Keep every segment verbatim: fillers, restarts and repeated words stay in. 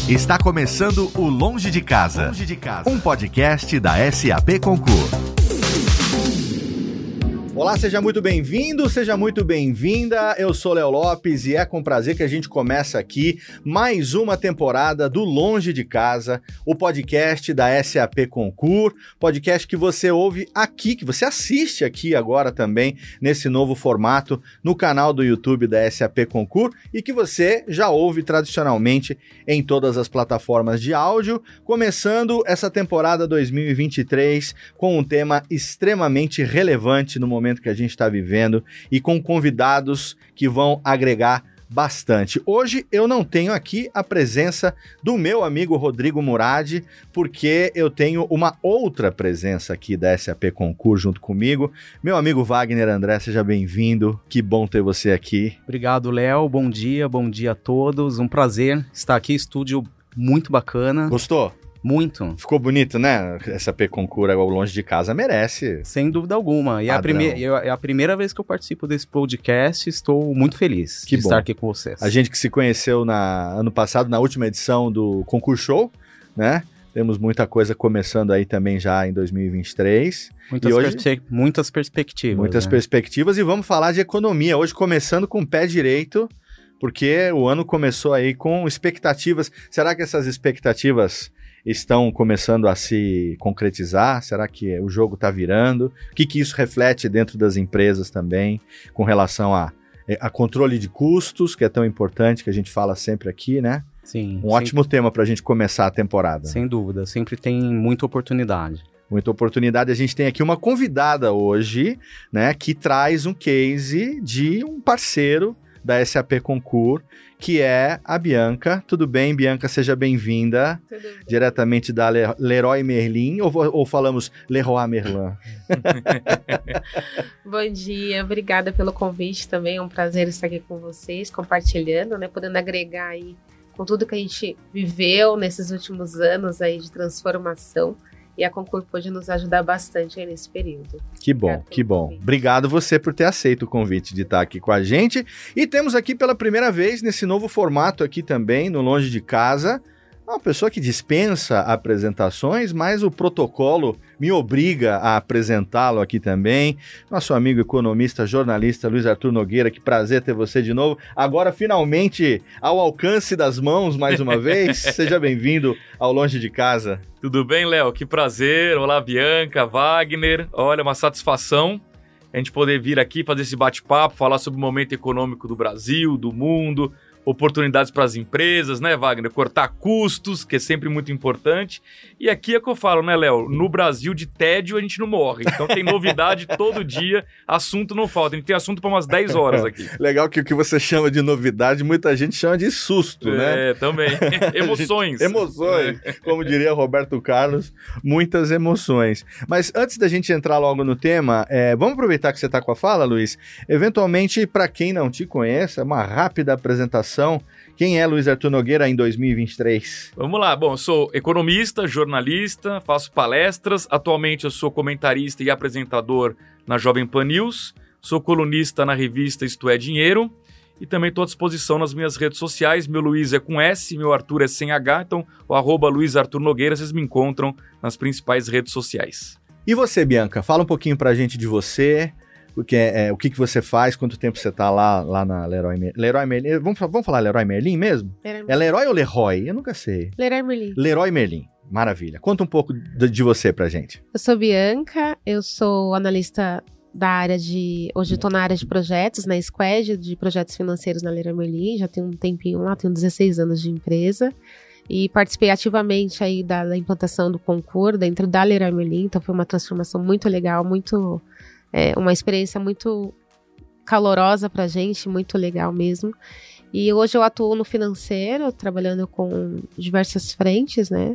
Está começando o Longe de Casa, Longe de Casa, um podcast da S A P Concur. Olá, seja muito bem-vindo, seja muito bem-vinda. Eu sou Léo Lopes e é com prazer que a gente começa aqui mais uma temporada do Longe de Casa, o podcast da S A P Concur, podcast que você ouve aqui, que você assiste aqui agora também nesse novo formato no canal do YouTube da S A P Concur e que você já ouve tradicionalmente em todas as plataformas de áudio, começando essa temporada dois mil e vinte e três com um tema extremamente relevante no momento que a gente está vivendo e com convidados que vão agregar bastante. Hoje eu não tenho aqui a presença do meu amigo Rodrigo Murad, porque eu tenho uma outra presença aqui da S A P Concur junto comigo. Meu amigo Wagner André, seja bem-vindo. Que bom ter você aqui. Obrigado, Léo. Bom dia, bom dia a todos. Um prazer estar aqui, estúdio muito bacana. Gostou? Muito. Ficou bonito, né? S A P Concur ao Longe de Casa merece. Sem dúvida alguma. E é a, prime- é a primeira vez que eu participo desse podcast, estou muito feliz que de bom. estar aqui com vocês. A gente que se conheceu na, ano passado, na última edição do Concur Show, né? Temos muita coisa começando aí também já em dois mil e vinte e três. Muitas, e hoje, perspe- muitas perspectivas. Muitas né? perspectivas e vamos falar de economia. Hoje começando com o pé direito, porque o ano começou aí com expectativas. Será que essas expectativas estão começando a se concretizar? Será que o jogo está virando? O que, que isso reflete dentro das empresas também, com relação a, a controle de custos, que é tão importante, que a gente fala sempre aqui, né? Sim. Um ótimo tema para a gente começar a temporada. Sem dúvida, sempre tem muita oportunidade. Muita oportunidade. A gente tem aqui uma convidada hoje, né, que traz um case de um parceiro da S A P Concur, que é a Bianca. Tudo bem, Bianca? Seja bem-vinda. Tudo bem. Diretamente da Le- Leroy Merlin, ou, ou falamos Leroy Merlin? Bom dia, obrigada pelo convite também, é um prazer estar aqui com vocês, compartilhando, né, podendo agregar aí com tudo que a gente viveu nesses últimos anos aí de transformação. E a Concur pôde nos ajudar bastante aí nesse período. Que bom, Obrigado que bom. Convite. Obrigado você por ter aceito o convite de estar aqui com a gente. E temos aqui pela primeira vez, nesse novo formato aqui também, no Longe de Casa, uma pessoa que dispensa apresentações, mas o protocolo me obriga a apresentá-lo aqui também. Nosso amigo economista, jornalista Luiz Arthur Nogueira, que prazer ter você de novo. Agora, finalmente, ao alcance das mãos, mais uma vez. Seja bem-vindo ao Longe de Casa. Tudo bem, Léo? Que prazer. Olá, Bianca, Wagner. Olha, uma satisfação a gente poder vir aqui fazer esse bate-papo, falar sobre o momento econômico do Brasil, do mundo, oportunidades para as empresas, né, Wagner? Cortar custos, que é sempre muito importante. E aqui é que eu falo, né, Léo? No Brasil, de tédio, a gente não morre. Então tem novidade todo dia, assunto não falta. A gente tem assunto para umas dez horas aqui. Legal que o que você chama de novidade, muita gente chama de susto, é, né? É, também. Emoções. Emoções. É. Como diria Roberto Carlos, muitas emoções. Mas antes da gente entrar logo no tema, é, vamos aproveitar que você está com a fala, Luiz? Eventualmente, para quem não te conhece, uma rápida apresentação. Quem é Luiz Arthur Nogueira em dois mil e vinte e três? Vamos lá. Bom, eu sou economista, jornalista, faço palestras. Atualmente eu sou comentarista e apresentador na Jovem Pan News. Sou colunista na revista Isto é Dinheiro. E também estou à disposição nas minhas redes sociais. Meu Luiz é com S, meu Arthur é sem H. Então, o arroba Luiz Arthur Nogueira, vocês me encontram nas principais redes sociais. E você, Bianca? Fala um pouquinho pra gente de você. O que, é, é, o que, que você faz, quanto tempo você tá lá, lá na Leroy Merlin. Leroy Merlin. Vamos, vamos falar Leroy Merlin mesmo? Leroy é Leroy ou Leroy? Eu nunca sei. Leroy Merlin. Leroy Merlin. Maravilha. Conta um pouco de, de você pra gente. Eu sou Bianca, eu sou analista da área de... Hoje eu tô na área de projetos, na Squad, de projetos financeiros na Leroy Merlin. Já tenho um tempinho lá, tenho dezesseis anos de empresa. E participei ativamente aí da, da implantação do Concur dentro da Leroy Merlin. Então foi uma transformação muito legal, muito... É uma experiência muito calorosa pra gente, muito legal mesmo. E hoje eu atuo no financeiro, trabalhando com diversas frentes, né?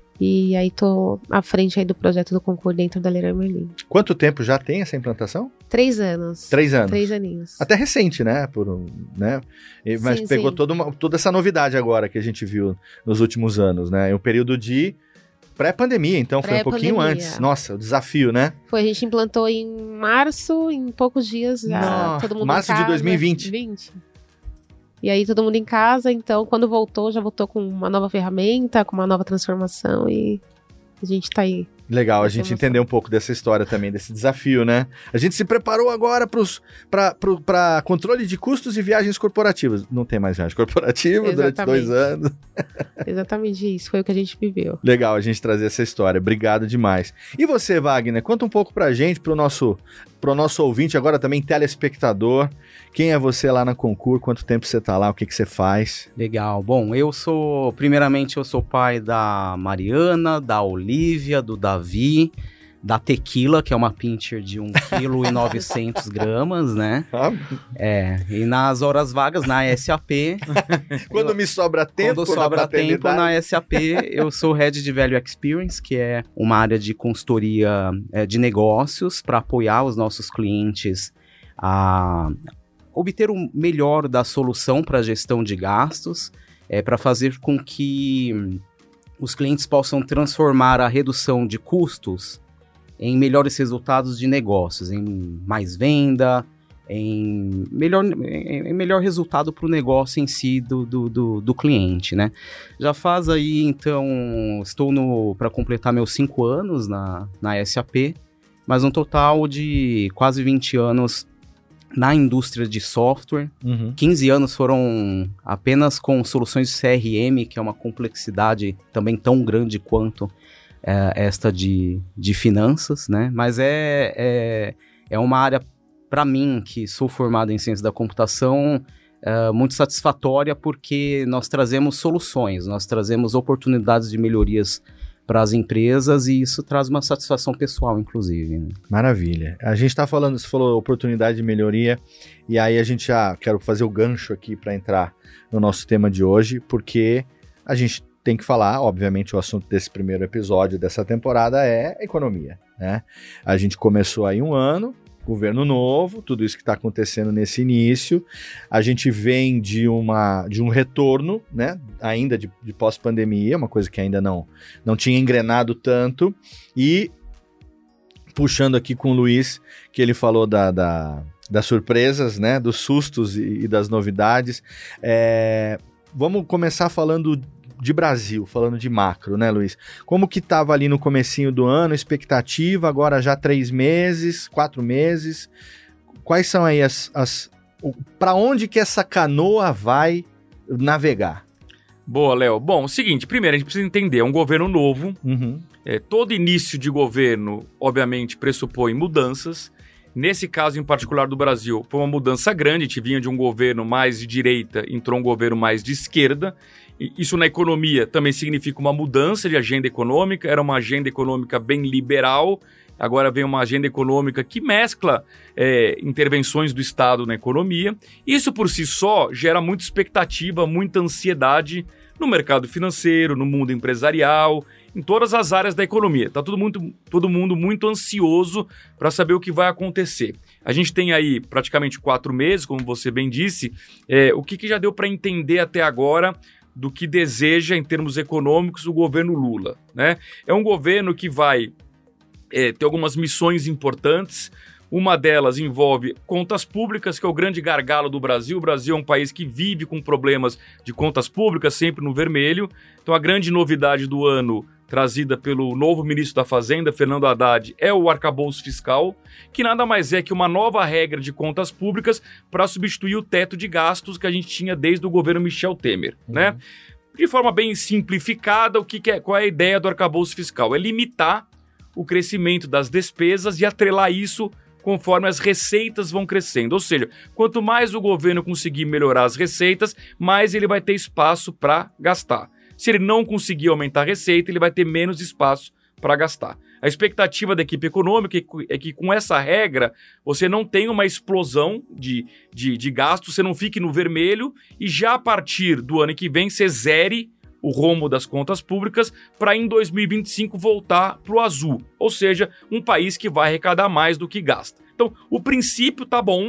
E aí tô à frente aí do projeto do Concur dentro da Leroy Merlin. Quanto tempo já tem essa implantação? Três anos. Três anos. Três aninhos. Até recente, né? Por, né? E, mas sim, pegou sim. Toda, uma, toda essa novidade agora que a gente viu nos últimos anos, né? É um período de pré-pandemia, então foi um pouquinho antes. Nossa, o desafio, né? Foi, a gente implantou em março, em poucos dias já. Nossa, todo mundo março em casa, de dois mil e vinte. vinte E aí todo mundo em casa, então quando voltou, já voltou com uma nova ferramenta, com uma nova transformação e a gente tá aí. Legal, a gente entender um pouco dessa história também, desse desafio, né? A gente se preparou agora para controle de custos e viagens corporativas. Não tem mais viagem corporativa Exatamente. Durante dois anos. Exatamente isso, foi o que a gente viveu. Legal a gente trazer essa história, obrigado demais. E você, Wagner, conta um pouco pra gente, pro nosso, pro nosso ouvinte, agora também telespectador, quem é você lá na Concur, quanto tempo você tá lá, o que que você faz? Legal, bom, eu sou, primeiramente eu sou pai da Mariana, da Olívia, do Davi, da Tequila, que é uma pincher de um vírgula novecentos gramas, né? Ah. É, e nas horas vagas, na S A P... Quando eu, me sobra tempo Quando sobra tempo na S A P, eu sou Head de Value Experience, que é uma área de consultoria é, de negócios para apoiar os nossos clientes a obter o melhor da solução para a gestão de gastos, é, para fazer com que os clientes possam transformar a redução de custos em melhores resultados de negócios, em mais venda, em melhor, em melhor resultado para o negócio em si do, do, do, do cliente, né? Já faz aí, então, estou para completar meus cinco anos na, na S A P, mas um total de quase vinte anos na indústria de software. Uhum. quinze anos foram apenas com soluções de C R M, que é uma complexidade também tão grande quanto é, esta de, de finanças, né? Mas é, é, é uma área, para mim, que sou formado em ciência da computação, é, muito satisfatória, porque nós trazemos soluções, nós trazemos oportunidades de melhorias para as empresas, e isso traz uma satisfação pessoal, inclusive. Né? Maravilha. A gente está falando, você falou oportunidade de melhoria, e aí a gente já, quero fazer o gancho aqui para entrar no nosso tema de hoje, porque a gente tem que falar, obviamente, o assunto desse primeiro episódio dessa temporada é economia, né? A gente começou aí um ano, governo novo, tudo isso que está acontecendo nesse início, a gente vem de, uma, de um retorno, né, ainda de, de pós-pandemia, uma coisa que ainda não, não tinha engrenado tanto, e puxando aqui com o Luiz, que ele falou da, da, das surpresas, né, dos sustos e, e das novidades, é, vamos começar falando de Brasil, falando de macro, né, Luiz? Como que estava ali no comecinho do ano, expectativa, agora já três meses, quatro meses, quais são aí as... as para onde que essa canoa vai navegar? Boa, Léo. Bom, o seguinte, primeiro a gente precisa entender, é um governo novo, uhum. é, todo início de governo, obviamente, pressupõe mudanças. Nesse caso em particular do Brasil, foi uma mudança grande, a gente vinha de um governo mais de direita, entrou um governo mais de esquerda. Isso na economia também significa uma mudança de agenda econômica, era uma agenda econômica bem liberal, agora vem uma agenda econômica que mescla é, intervenções do Estado na economia. Isso por si só gera muita expectativa, muita ansiedade no mercado financeiro, no mundo empresarial, em todas as áreas da economia. Está todo mundo, todo mundo muito ansioso para saber o que vai acontecer. A gente tem aí praticamente quatro meses, como você bem disse, é, o que, que já deu para entender até agora do que deseja, em termos econômicos, o governo Lula, né? É um governo que vai é, ter algumas missões importantes. Uma delas envolve contas públicas, que é o grande gargalo do Brasil. O Brasil é um país que vive com problemas de contas públicas, sempre no vermelho. Então, a grande novidade do ano, trazida pelo novo ministro da Fazenda, Fernando Haddad, é o arcabouço fiscal, que nada mais é que uma nova regra de contas públicas para substituir o teto de gastos que a gente tinha desde o governo Michel Temer, uhum. né? De forma bem simplificada, o que que é, qual é a ideia do arcabouço fiscal? É limitar o crescimento das despesas e atrelar isso conforme as receitas vão crescendo. Ou seja, quanto mais o governo conseguir melhorar as receitas, mais ele vai ter espaço para gastar. Se ele não conseguir aumentar a receita, ele vai ter menos espaço para gastar. A expectativa da equipe econômica é que com essa regra você não tenha uma explosão de, de, de gastos, você não fique no vermelho e já a partir do ano que vem você zere o rumo das contas públicas para em dois mil e vinte e cinco voltar para o azul, ou seja, um país que vai arrecadar mais do que gasta. Então, o princípio tá bom,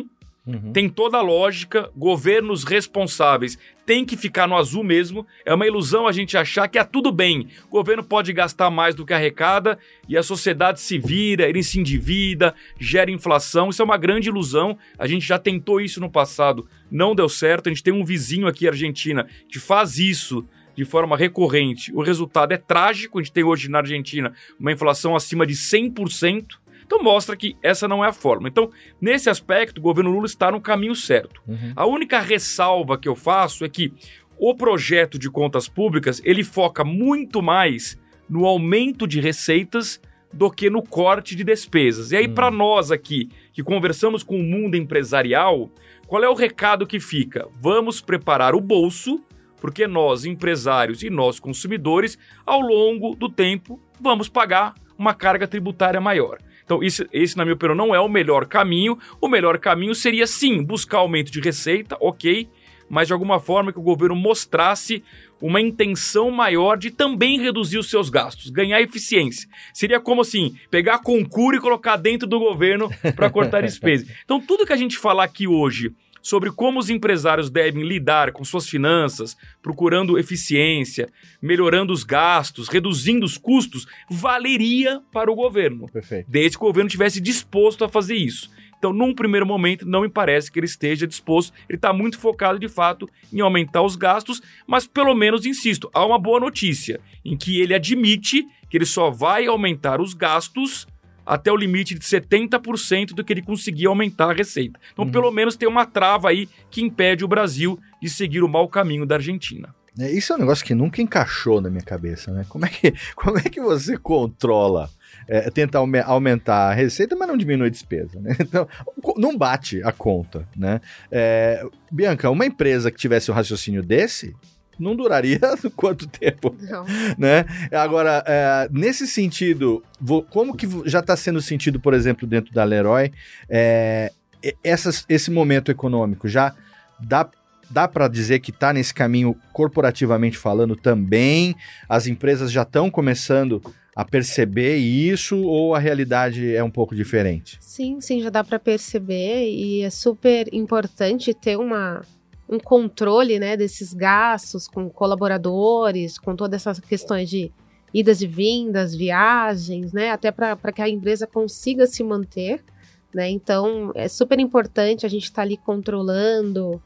Uhum. Tem toda a lógica, governos responsáveis têm que ficar no azul mesmo. É uma ilusão a gente achar que é tudo bem. O governo pode gastar mais do que arrecada e a sociedade se vira, ele se endivida, gera inflação. Isso é uma grande ilusão. A gente já tentou isso no passado, não deu certo. A gente tem um vizinho aqui, Argentina, que faz isso de forma recorrente. O resultado é trágico. A gente tem hoje na Argentina uma inflação acima de cem por cento. Então mostra que essa não é a forma. Então, nesse aspecto, o governo Lula está no caminho certo. Uhum. A única ressalva que eu faço é que o projeto de contas públicas, ele foca muito mais no aumento de receitas do que no corte de despesas. E aí, uhum. para nós aqui, que conversamos com o mundo empresarial, qual é o recado que fica? Vamos preparar o bolso, porque nós, empresários e nós, consumidores, ao longo do tempo, vamos pagar uma carga tributária maior. Então, isso, esse, na minha opinião, não é o melhor caminho. O melhor caminho seria, sim, buscar aumento de receita, ok, mas de alguma forma que o governo mostrasse uma intenção maior de também reduzir os seus gastos, ganhar eficiência. Seria como, assim, pegar concurso e colocar dentro do governo para cortar despesas. Então, tudo que a gente falar aqui hoje sobre como os empresários devem lidar com suas finanças, procurando eficiência, melhorando os gastos, reduzindo os custos, valeria para o governo. Perfeito. Desde que o governo estivesse disposto a fazer isso. Então, num primeiro momento, não me parece que ele esteja disposto. Ele está muito focado, de fato, em aumentar os gastos, mas pelo menos, insisto, há uma boa notícia, em que ele admite que ele só vai aumentar os gastos até o limite de setenta por cento do que ele conseguir aumentar a receita. Então, uhum. pelo menos tem uma trava aí que impede o Brasil de seguir o mau caminho da Argentina. É, isso é um negócio que nunca encaixou na minha cabeça, né? Como é que, como é que você controla, é, tenta aume- aumentar a receita, mas não diminui a despesa, né? Então, não bate a conta, né? É, Bianca, uma empresa que tivesse um raciocínio desse não duraria quanto tempo? Não. Né? Agora, é, nesse sentido, vou, como que já está sendo sentido, por exemplo, dentro da Leroy, é, essas, esse momento econômico já dá, dá para dizer que está nesse caminho corporativamente falando também? As empresas já estão começando a perceber isso ou a realidade é um pouco diferente? Sim, sim, já dá para perceber e é super importante ter uma... um controle, né, desses gastos com colaboradores, com todas essas questões de idas e vindas, viagens, né, até para que a empresa consiga se manter, né, então é super importante a gente estar tá ali controlando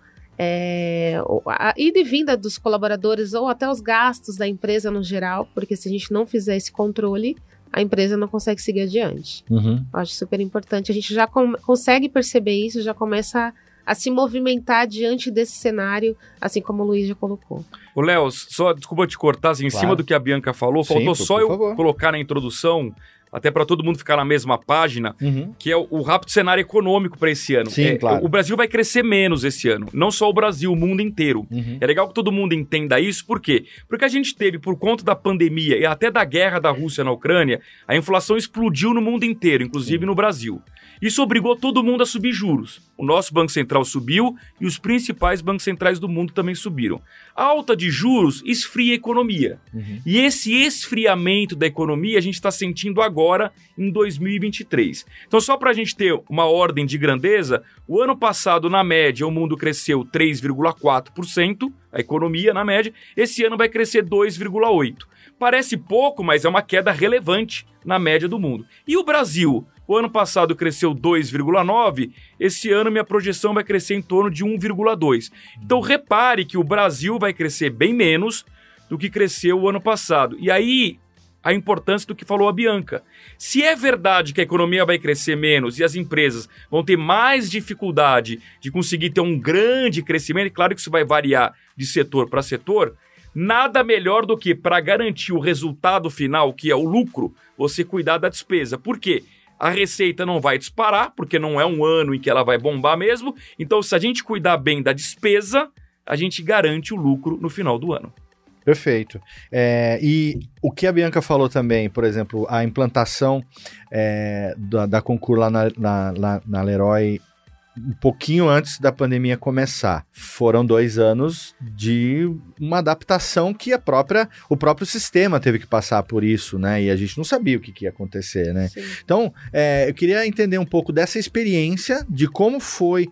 é, a ida e vinda dos colaboradores ou até os gastos da empresa no geral, porque se a gente não fizer esse controle, a empresa não consegue seguir adiante. Uhum. Eu acho super importante, a gente já com- consegue perceber isso, já começa a a se movimentar diante desse cenário, assim como o Luiz já colocou. Ô, Léo, só desculpa te cortar, assim, claro. Em cima do que a Bianca falou, Sim, faltou por, só por eu favor. colocar na introdução, até para todo mundo ficar na mesma página, uhum. que é o, o rápido cenário econômico para esse ano. Sim, é, claro. O Brasil vai crescer menos esse ano, não só o Brasil, o mundo inteiro. Uhum. É legal que todo mundo entenda isso, por quê? Porque a gente teve, por conta da pandemia e até da guerra da Rússia na Ucrânia, a inflação explodiu no mundo inteiro, inclusive Sim. no Brasil. Isso obrigou todo mundo a subir juros. O nosso Banco Central subiu e os principais bancos centrais do mundo também subiram. A alta de juros esfria a economia. Uhum. E esse esfriamento da economia a gente está sentindo agora em dois mil e vinte e três. Então, só para a gente ter uma ordem de grandeza, o ano passado, na média, o mundo cresceu três vírgula quatro por cento, a economia na média. Esse ano vai crescer dois vírgula oito por cento. Parece pouco, mas é uma queda relevante na média do mundo. E o Brasil? O ano passado cresceu dois vírgula nove por cento, esse ano minha projeção vai crescer em torno de um vírgula dois por cento. Então repare que o Brasil vai crescer bem menos do que cresceu o ano passado. E aí a importância do que falou a Bianca. Se é verdade que a economia vai crescer menos e as empresas vão ter mais dificuldade de conseguir ter um grande crescimento, e claro que isso vai variar de setor para setor, nada melhor do que para garantir o resultado final, que é o lucro, você cuidar da despesa. Por quê? A receita não vai disparar, porque não é um ano em que ela vai bombar mesmo. Então, se a gente cuidar bem da despesa, a gente garante o lucro no final do ano. Perfeito. É, e o que a Bianca falou também, por exemplo, a implantação é, da, da Concur lá na, na, na Leroy um pouquinho antes da pandemia começar. Foram dois anos de uma adaptação que a própria, o próprio sistema teve que passar por isso, né? E a gente não sabia o que, que ia acontecer, né? Sim. Então, é, eu queria entender um pouco dessa experiência, de como foi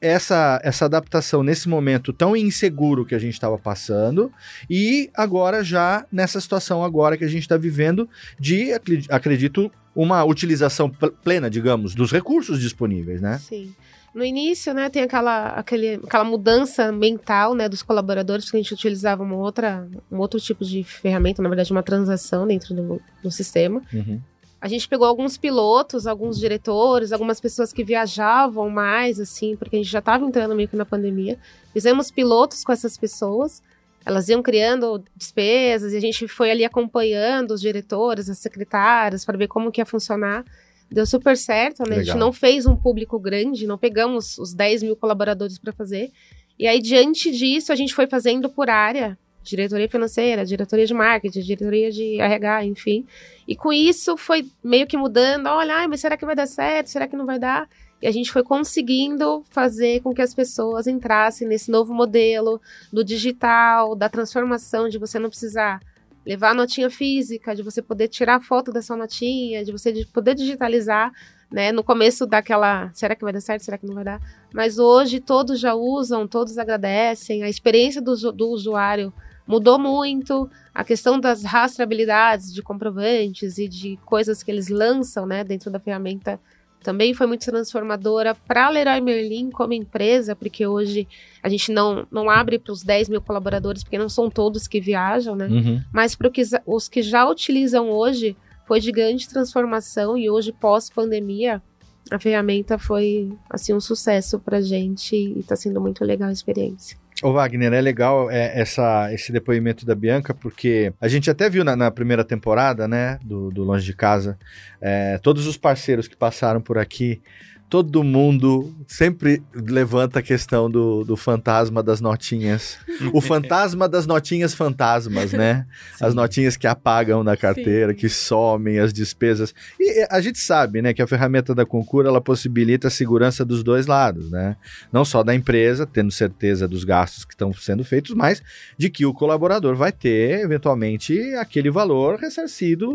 essa, essa adaptação nesse momento tão inseguro que a gente estava passando e agora já nessa situação agora que a gente está vivendo de, acredito, uma utilização plena, digamos, dos recursos disponíveis, né? Sim. No início, né, tem aquela, aquele, aquela mudança mental, né, dos colaboradores, porque a gente utilizava uma outra, um outro tipo de ferramenta, na verdade, uma transação dentro do, do sistema. Uhum. A gente pegou alguns pilotos, alguns diretores, algumas pessoas que viajavam mais, assim, porque a gente já estava entrando meio que na pandemia. Fizemos pilotos com essas pessoas, elas iam criando despesas e a gente foi ali acompanhando os diretores, as secretárias, para ver como que ia funcionar. Deu super certo, né? A gente não fez um público grande, não pegamos os dez mil colaboradores para fazer. E aí, diante disso, a gente foi fazendo por área, diretoria financeira, diretoria de marketing, diretoria de R H, enfim. E com isso foi meio que mudando, olha, ai, mas será que vai dar certo? Será que não vai dar? E a gente foi conseguindo fazer com que as pessoas entrassem nesse novo modelo do digital, da transformação, de você não precisar levar a notinha física, de você poder tirar foto da sua notinha, de você poder digitalizar, né? No começo daquela, será que vai dar certo, será que não vai dar? Mas hoje todos já usam, todos agradecem, a experiência do, do usuário mudou muito, a questão das rastreabilidades de comprovantes e de coisas que eles lançam, né, dentro da ferramenta também foi muito transformadora para a Leroy Merlin como empresa, porque hoje a gente não, não abre para os dez mil colaboradores, porque não são todos que viajam, né? Uhum. Mas para os que já utilizam hoje, foi de grande transformação e hoje, pós-pandemia, a ferramenta foi, assim, um sucesso para a gente e está sendo muito legal a experiência. Ô Wagner, é legal é, essa, esse depoimento da Bianca, porque a gente até viu na, na primeira temporada, né, do, do Longe de Casa, é, todos os parceiros que passaram por aqui, todo mundo sempre levanta a questão do, do fantasma das notinhas. O fantasma das notinhas fantasmas, né? Sim. As notinhas que apagam da carteira, Sim. que somem as despesas. E a gente sabe, né, que a ferramenta da Concur, ela possibilita a segurança dos dois lados, né? Não só da empresa, tendo certeza dos gastos que estão sendo feitos, mas de que o colaborador vai ter, eventualmente, aquele valor ressarcido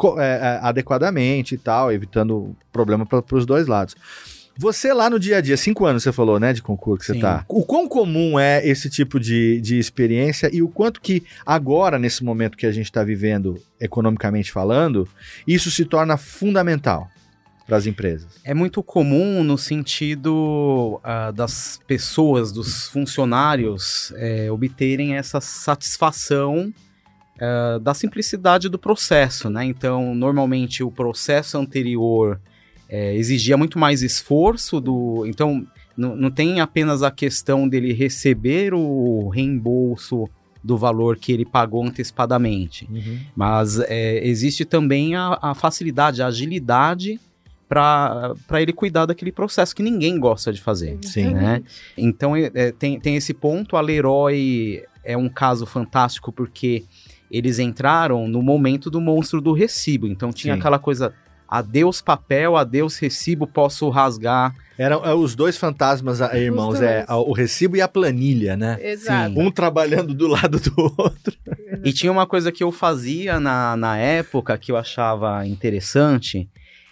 é, adequadamente e tal, evitando problema para os dois lados. Você lá no dia a dia, cinco anos você falou, né, de concurso que você Sim. tá. O quão comum é esse tipo de, de experiência e o quanto que agora, nesse momento que a gente está vivendo, economicamente falando, isso se torna fundamental para as empresas? É muito comum no sentido uh, das pessoas, dos funcionários, é, obterem essa satisfação uh, da simplicidade do processo, né? Então, normalmente, o processo anterior É, exigia muito mais esforço do... Então, não, não tem apenas a questão dele receber o reembolso do valor que ele pagou antecipadamente, uhum. mas é, existe também a, a facilidade, a agilidade para ele cuidar daquele processo que ninguém gosta de fazer. Sim. Né? Então, é, tem, tem esse ponto. A Leroy é um caso fantástico porque eles entraram no momento do monstro do recibo. Então, tinha Sim. aquela coisa... Adeus papel, adeus recibo, posso rasgar. Eram é, os dois fantasmas, irmãos, é o recibo e a planilha, né? Exato. Sim. Um trabalhando do lado do outro. E tinha uma coisa que eu fazia na, na época que eu achava interessante.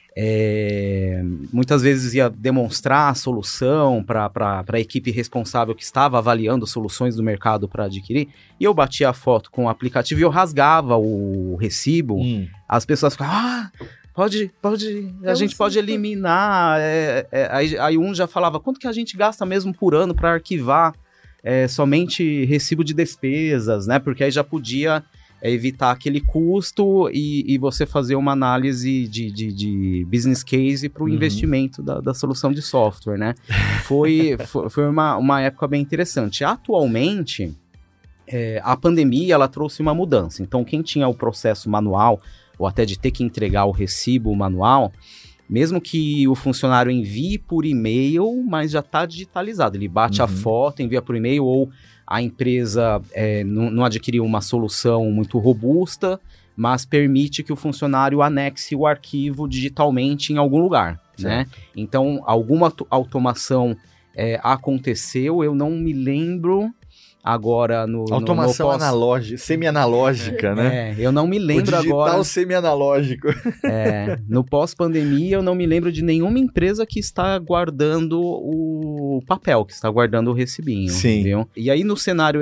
É, muitas vezes ia demonstrar a solução para a equipe responsável que estava avaliando soluções do mercado para adquirir, e eu batia a foto com o aplicativo e eu rasgava o recibo. Hum. As pessoas ficavam... Ah, Pode, pode, a eu gente sei. pode eliminar, é, é, aí, aí um já falava, quanto que a gente gasta mesmo por ano para arquivar é, somente recibo de despesas, né? Porque aí já podia é, evitar aquele custo e, e você fazer uma análise de, de, de business case para o uhum. investimento da, da solução de software, né? Foi, foi, foi uma, uma época bem interessante. Atualmente, é, a pandemia, ela trouxe uma mudança. Então, quem tinha o processo manual, ou até de ter que entregar o recibo manual, mesmo que o funcionário envie por e-mail, mas já está digitalizado. Ele bate uhum. a foto, envia por e-mail, ou a empresa é, não, não adquiriu uma solução muito robusta, mas permite que o funcionário anexe o arquivo digitalmente em algum lugar, né? Então, alguma automação é, aconteceu, eu não me lembro agora no... Automação no, no pós... analógica, semi-analógica, né? É, eu não me lembro o digital agora... semi-analógico. É, no pós-pandemia eu não me lembro de nenhuma empresa que está guardando o papel, que está guardando o recibinho. Sim. Viu? E aí no cenário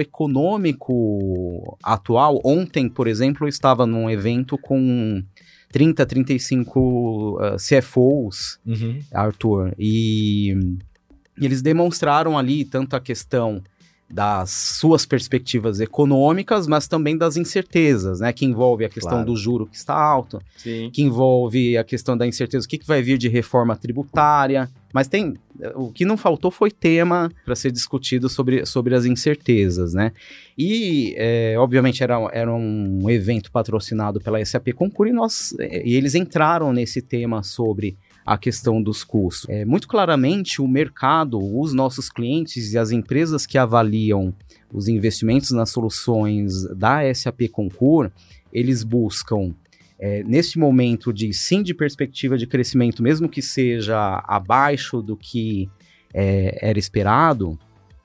econômico atual, ontem, por exemplo, eu estava num evento com trinta, trinta e cinco uh, C F Os, Uhum. Arthur, e, e eles demonstraram ali tanto a questão das suas perspectivas econômicas, mas também das incertezas, né? Que envolve a questão Claro. do juro que está alto, Sim. que envolve a questão da incerteza, o que, que vai vir de reforma tributária, mas tem, o que não faltou foi tema para ser discutido sobre, sobre as incertezas, né? E, é, obviamente, era, era um evento patrocinado pela S A P Concur e, nós, e eles entraram nesse tema sobre a questão dos custos. É, muito claramente, o mercado, os nossos clientes e as empresas que avaliam os investimentos nas soluções da S A P Concur, eles buscam, é, neste momento de sim de perspectiva de crescimento, mesmo que seja abaixo do que é, era esperado,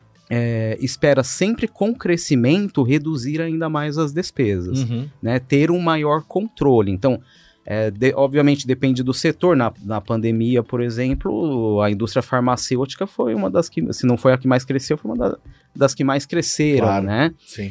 é, espera sempre com crescimento reduzir ainda mais as despesas, Uhum. né, ter um maior controle. Então, É, de, obviamente depende do setor. Na, na pandemia, por exemplo, a indústria farmacêutica foi uma das que, se não foi a que mais cresceu, foi uma da, das que mais cresceram, Claro. né? Sim.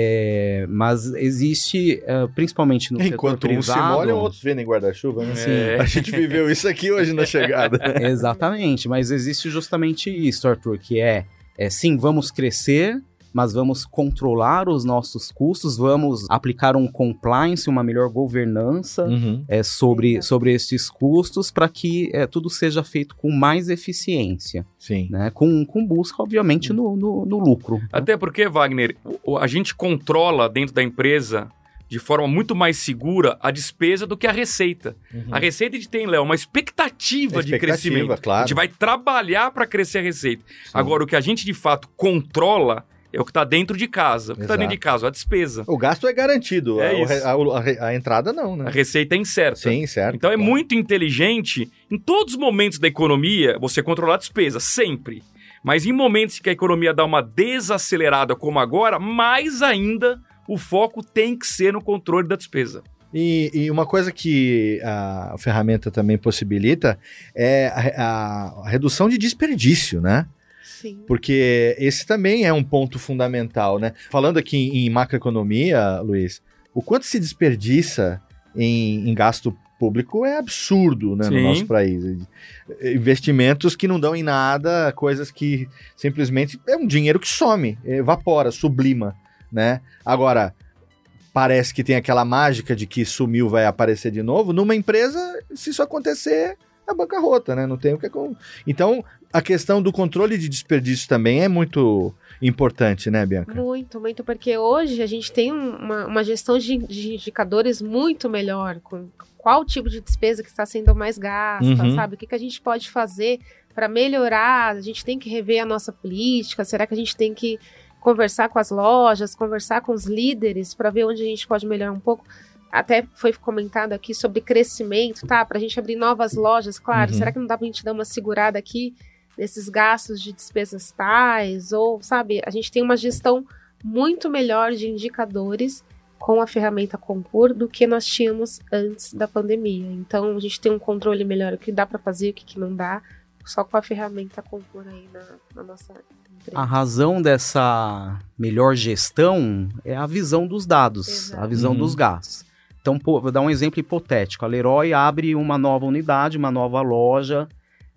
É, mas existe, uh, principalmente no Enquanto setor uns se privado... molham, outros vendem guarda-chuva, né? Sim. É. A gente viveu isso aqui hoje na chegada. Exatamente, mas existe justamente isso, Arthur, que é, é sim, vamos crescer, mas vamos controlar os nossos custos, vamos aplicar um compliance, uma melhor governança Uhum. é, sobre, Exato. sobre esses custos para que é, tudo seja feito com mais eficiência, Sim. né? Com, com busca, obviamente, no, no, no lucro. Até porque, Wagner, o- a gente controla dentro da empresa de forma muito mais segura a despesa do que a receita. Uhum. A receita a gente tem, Léo, uma expectativa, de Expectativa, crescimento. claro. A gente vai trabalhar para crescer a receita. Sim. Agora, o que a gente de fato controla é o que está dentro de casa. O que está Exato. dentro de casa? A despesa. O gasto é garantido, É a, o isso. re- a, a- a entrada não, né? A receita é incerta. Sim, certo. Então é claro. muito inteligente, em todos os momentos da economia, você controlar a despesa, sempre. Mas em momentos que a economia dá uma desacelerada como agora, mais ainda o foco tem que ser no controle da despesa. E, e uma coisa que a ferramenta também possibilita é a, a- a redução de desperdício, né? Sim. Porque esse também é um ponto fundamental, né? Falando aqui em, em macroeconomia, Luiz, o quanto se desperdiça em, em gasto público é absurdo, né, no Sim. nosso país. Investimentos que não dão em nada, coisas que simplesmente é um dinheiro que some, evapora, sublima, né? Agora, parece que tem aquela mágica de que sumiu, vai aparecer de novo. Numa empresa, se isso acontecer, é bancarrota, né? Não tem o que... Com... Então, a questão do controle de desperdício também é muito importante, né, Bianca? Muito, muito, porque hoje a gente tem um- uma, uma gestão de, de indicadores muito melhor, com qual tipo de despesa que está sendo mais gasta, Uhum. sabe? O que, que a gente pode fazer para melhorar? A gente tem que rever a nossa política, será que a gente tem que conversar com as lojas, conversar com os líderes para ver onde a gente pode melhorar um pouco? Até foi comentado aqui sobre crescimento, tá? Para a gente abrir novas lojas, claro, Uhum. será que não dá para a gente dar uma segurada aqui nesses gastos de despesas tais, ou, sabe, a gente tem uma gestão muito melhor de indicadores com a ferramenta Concur do que nós tínhamos antes da pandemia. Então, a gente tem um controle melhor, o que dá para fazer, o que, que não dá, só com a ferramenta Concur aí na, na nossa empresa. A razão dessa melhor gestão é a visão dos dados, Exato. a visão Uhum. dos gastos. Então, pô, vou dar um exemplo hipotético. A Leroy abre uma nova unidade, uma nova loja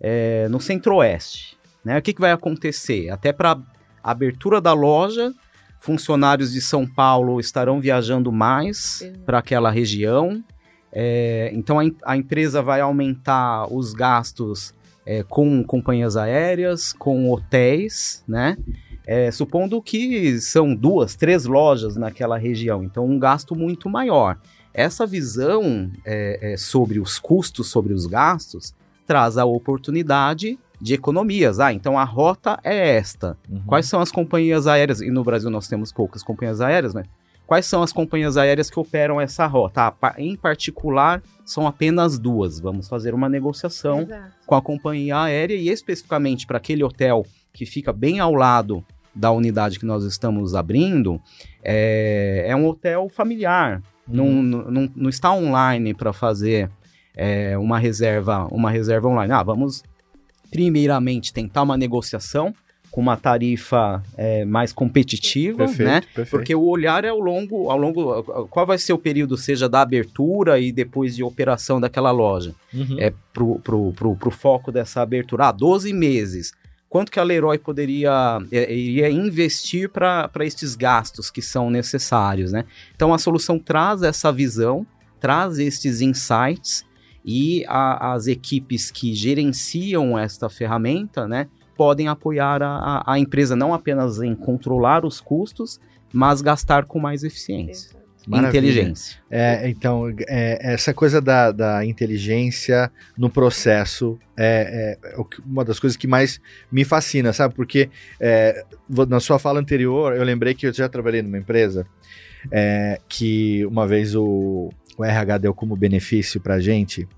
é, no Centro-Oeste. Né? O que, que vai acontecer? Até para a abertura da loja, funcionários de São Paulo estarão viajando mais Exato. para aquela região. É, então, a, em- a empresa vai aumentar os gastos é, com companhias aéreas, com hotéis, né? É, supondo que são duas, três lojas naquela região, então um gasto muito maior. Essa visão é, é, sobre os custos, sobre os gastos, traz a oportunidade de economias. Ah, então a rota é esta. Uhum. Quais são as companhias aéreas? E no Brasil nós temos poucas companhias aéreas, né? Quais são as companhias aéreas que operam essa rota? Ah, pa- em particular, são apenas duas. Vamos fazer uma negociação Exato. com a companhia aérea e especificamente para aquele hotel que fica bem ao lado da unidade que nós estamos abrindo, é, é um hotel familiar. Uhum. Não, não, não está online para fazer é, uma reserva, uma reserva online. Ah, vamos primeiramente tentar uma negociação com uma tarifa é, mais competitiva, perfeito, né? Perfeito. Porque o olhar é ao longo, ao longo... Qual vai ser o período, seja da abertura e depois de operação daquela loja? Uhum. É pro, pro, pro, pro foco dessa abertura. Ah, doze meses. Quanto que a Leroy poderia é, iria investir para estes gastos que são necessários, né? Então, a solução traz essa visão, traz estes insights e a, as equipes que gerenciam esta ferramenta, né, podem apoiar a, a empresa não apenas em controlar os custos, mas gastar com mais eficiência. Maravilha. Inteligência. É, então, é, essa coisa da, da inteligência no processo é, é uma das coisas que mais me fascina, sabe? Porque é, na sua fala anterior, eu lembrei que eu já trabalhei numa empresa é, que uma vez o, o R H deu como benefício pra gente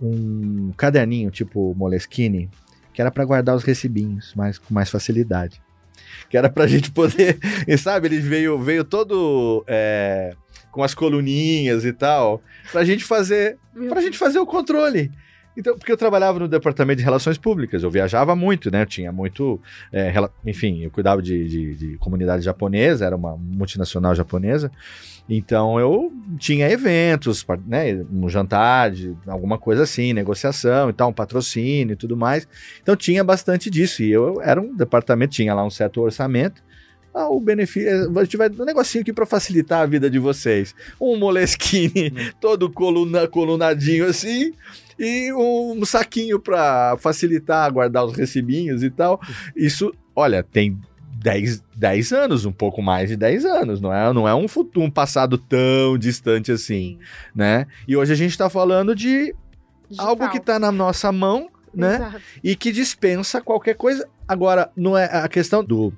um caderninho tipo Moleskine, que era para guardar os recibinhos mais, com mais facilidade. Que era pra gente poder, e sabe, ele veio, veio todo é, com as coluninhas e tal, pra gente fazer, pra gente fazer o controle. Então, porque eu trabalhava no departamento de relações públicas, eu viajava muito, né? Eu tinha muito, é, enfim, eu cuidava de, de, de comunidade japonesa, era uma multinacional japonesa, então eu tinha eventos, né? Um jantar, de, alguma coisa assim, negociação e tal, um patrocínio e tudo mais. Então tinha bastante disso, e eu era um departamento, tinha lá um certo orçamento. Ah, o benefício, a gente vai um negocinho aqui para facilitar a vida de vocês. Um Moleskine hum. todo coluna, colunadinho assim, e um saquinho para facilitar, guardar os recibinhos e tal. Isso, olha, tem dez anos, um pouco mais de dez anos, não é, não é um, futuro, um passado tão distante assim, né? E hoje a gente está falando de digital. Algo que está na nossa mão, né? Exato. E que dispensa qualquer coisa. Agora, não é a questão do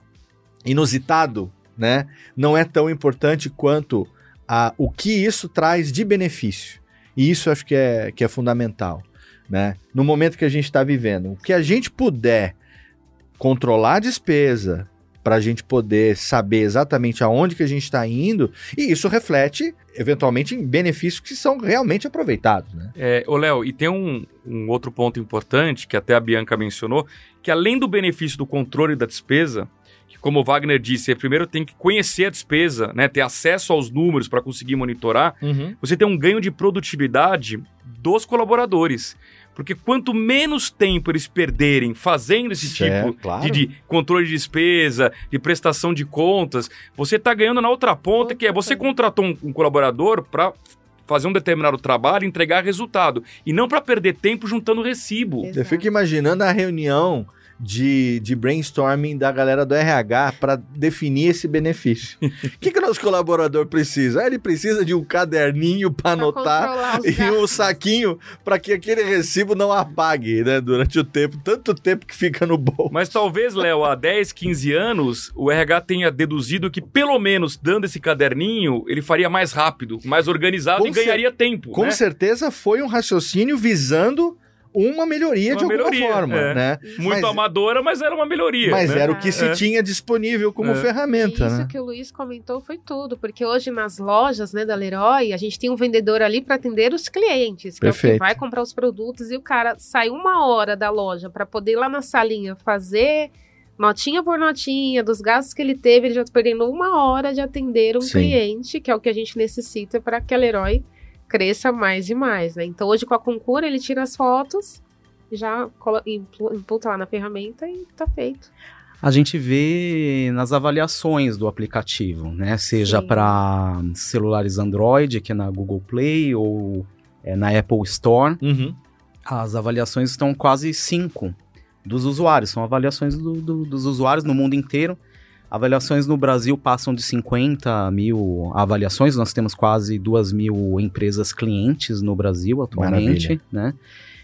inusitado, né? Não é tão importante quanto a, o que isso traz de benefício. E isso eu acho que é, que é fundamental, né? No momento que a gente está vivendo, o que a gente puder controlar a despesa para a gente poder saber exatamente aonde que a gente está indo, e isso reflete, eventualmente, em benefícios que são realmente aproveitados, né? É, ô Léo, e tem um, um outro ponto importante, que até a Bianca mencionou, que além do benefício do controle da despesa, que como o Wagner disse, você primeiro tem que conhecer a despesa, né, ter acesso aos números para conseguir monitorar, uhum. Você tem um ganho de produtividade dos colaboradores. Porque quanto menos tempo eles perderem fazendo esse certo, tipo claro. de, de controle de despesa, de prestação de contas, você está ganhando na outra ponta, que é você contratou um, um colaborador para fazer um determinado trabalho e entregar resultado. E não para perder tempo juntando recibo. Exato. Eu fico imaginando a reunião de, de brainstorming da galera do R H para definir esse benefício. O que, que o nosso colaborador precisa? Ah, ele precisa de um caderninho para anotar e um saquinho para que aquele recibo não apague, né, durante o tempo, tanto tempo que fica no bolso. Mas talvez, Léo, há dez, quinze anos, o R H tenha deduzido que pelo menos dando esse caderninho, ele faria mais rápido, mais organizado com e ganharia cer- tempo. Com né? certeza foi um raciocínio visando uma melhoria uma de alguma melhoria, forma, é. né? Muito mas, amadora, mas era uma melhoria. Mas né? era o que se é. tinha disponível como é. ferramenta, e isso né? que o Luiz comentou foi tudo, porque hoje nas lojas, né, da Leroy, a gente tem um vendedor ali para atender os clientes, que Perfeito. é o que vai comprar os produtos, e o cara sai uma hora da loja para poder ir lá na salinha fazer notinha por notinha dos gastos que ele teve, ele já está perdendo uma hora de atender um Sim. cliente, que é o que a gente necessita para que a Leroy cresça mais e mais, né? Então hoje com a Concur ele tira as fotos, já imputa lá na ferramenta e tá feito. A gente vê nas avaliações do aplicativo, né? Seja para celulares Android, que é na Google Play, ou é, na Apple Store. Uhum. As avaliações estão quase cinco dos usuários. São avaliações do, do, dos usuários no mundo inteiro. Avaliações no Brasil passam de cinquenta mil avaliações. Nós temos quase duas mil empresas clientes no Brasil atualmente, Maravilha. né?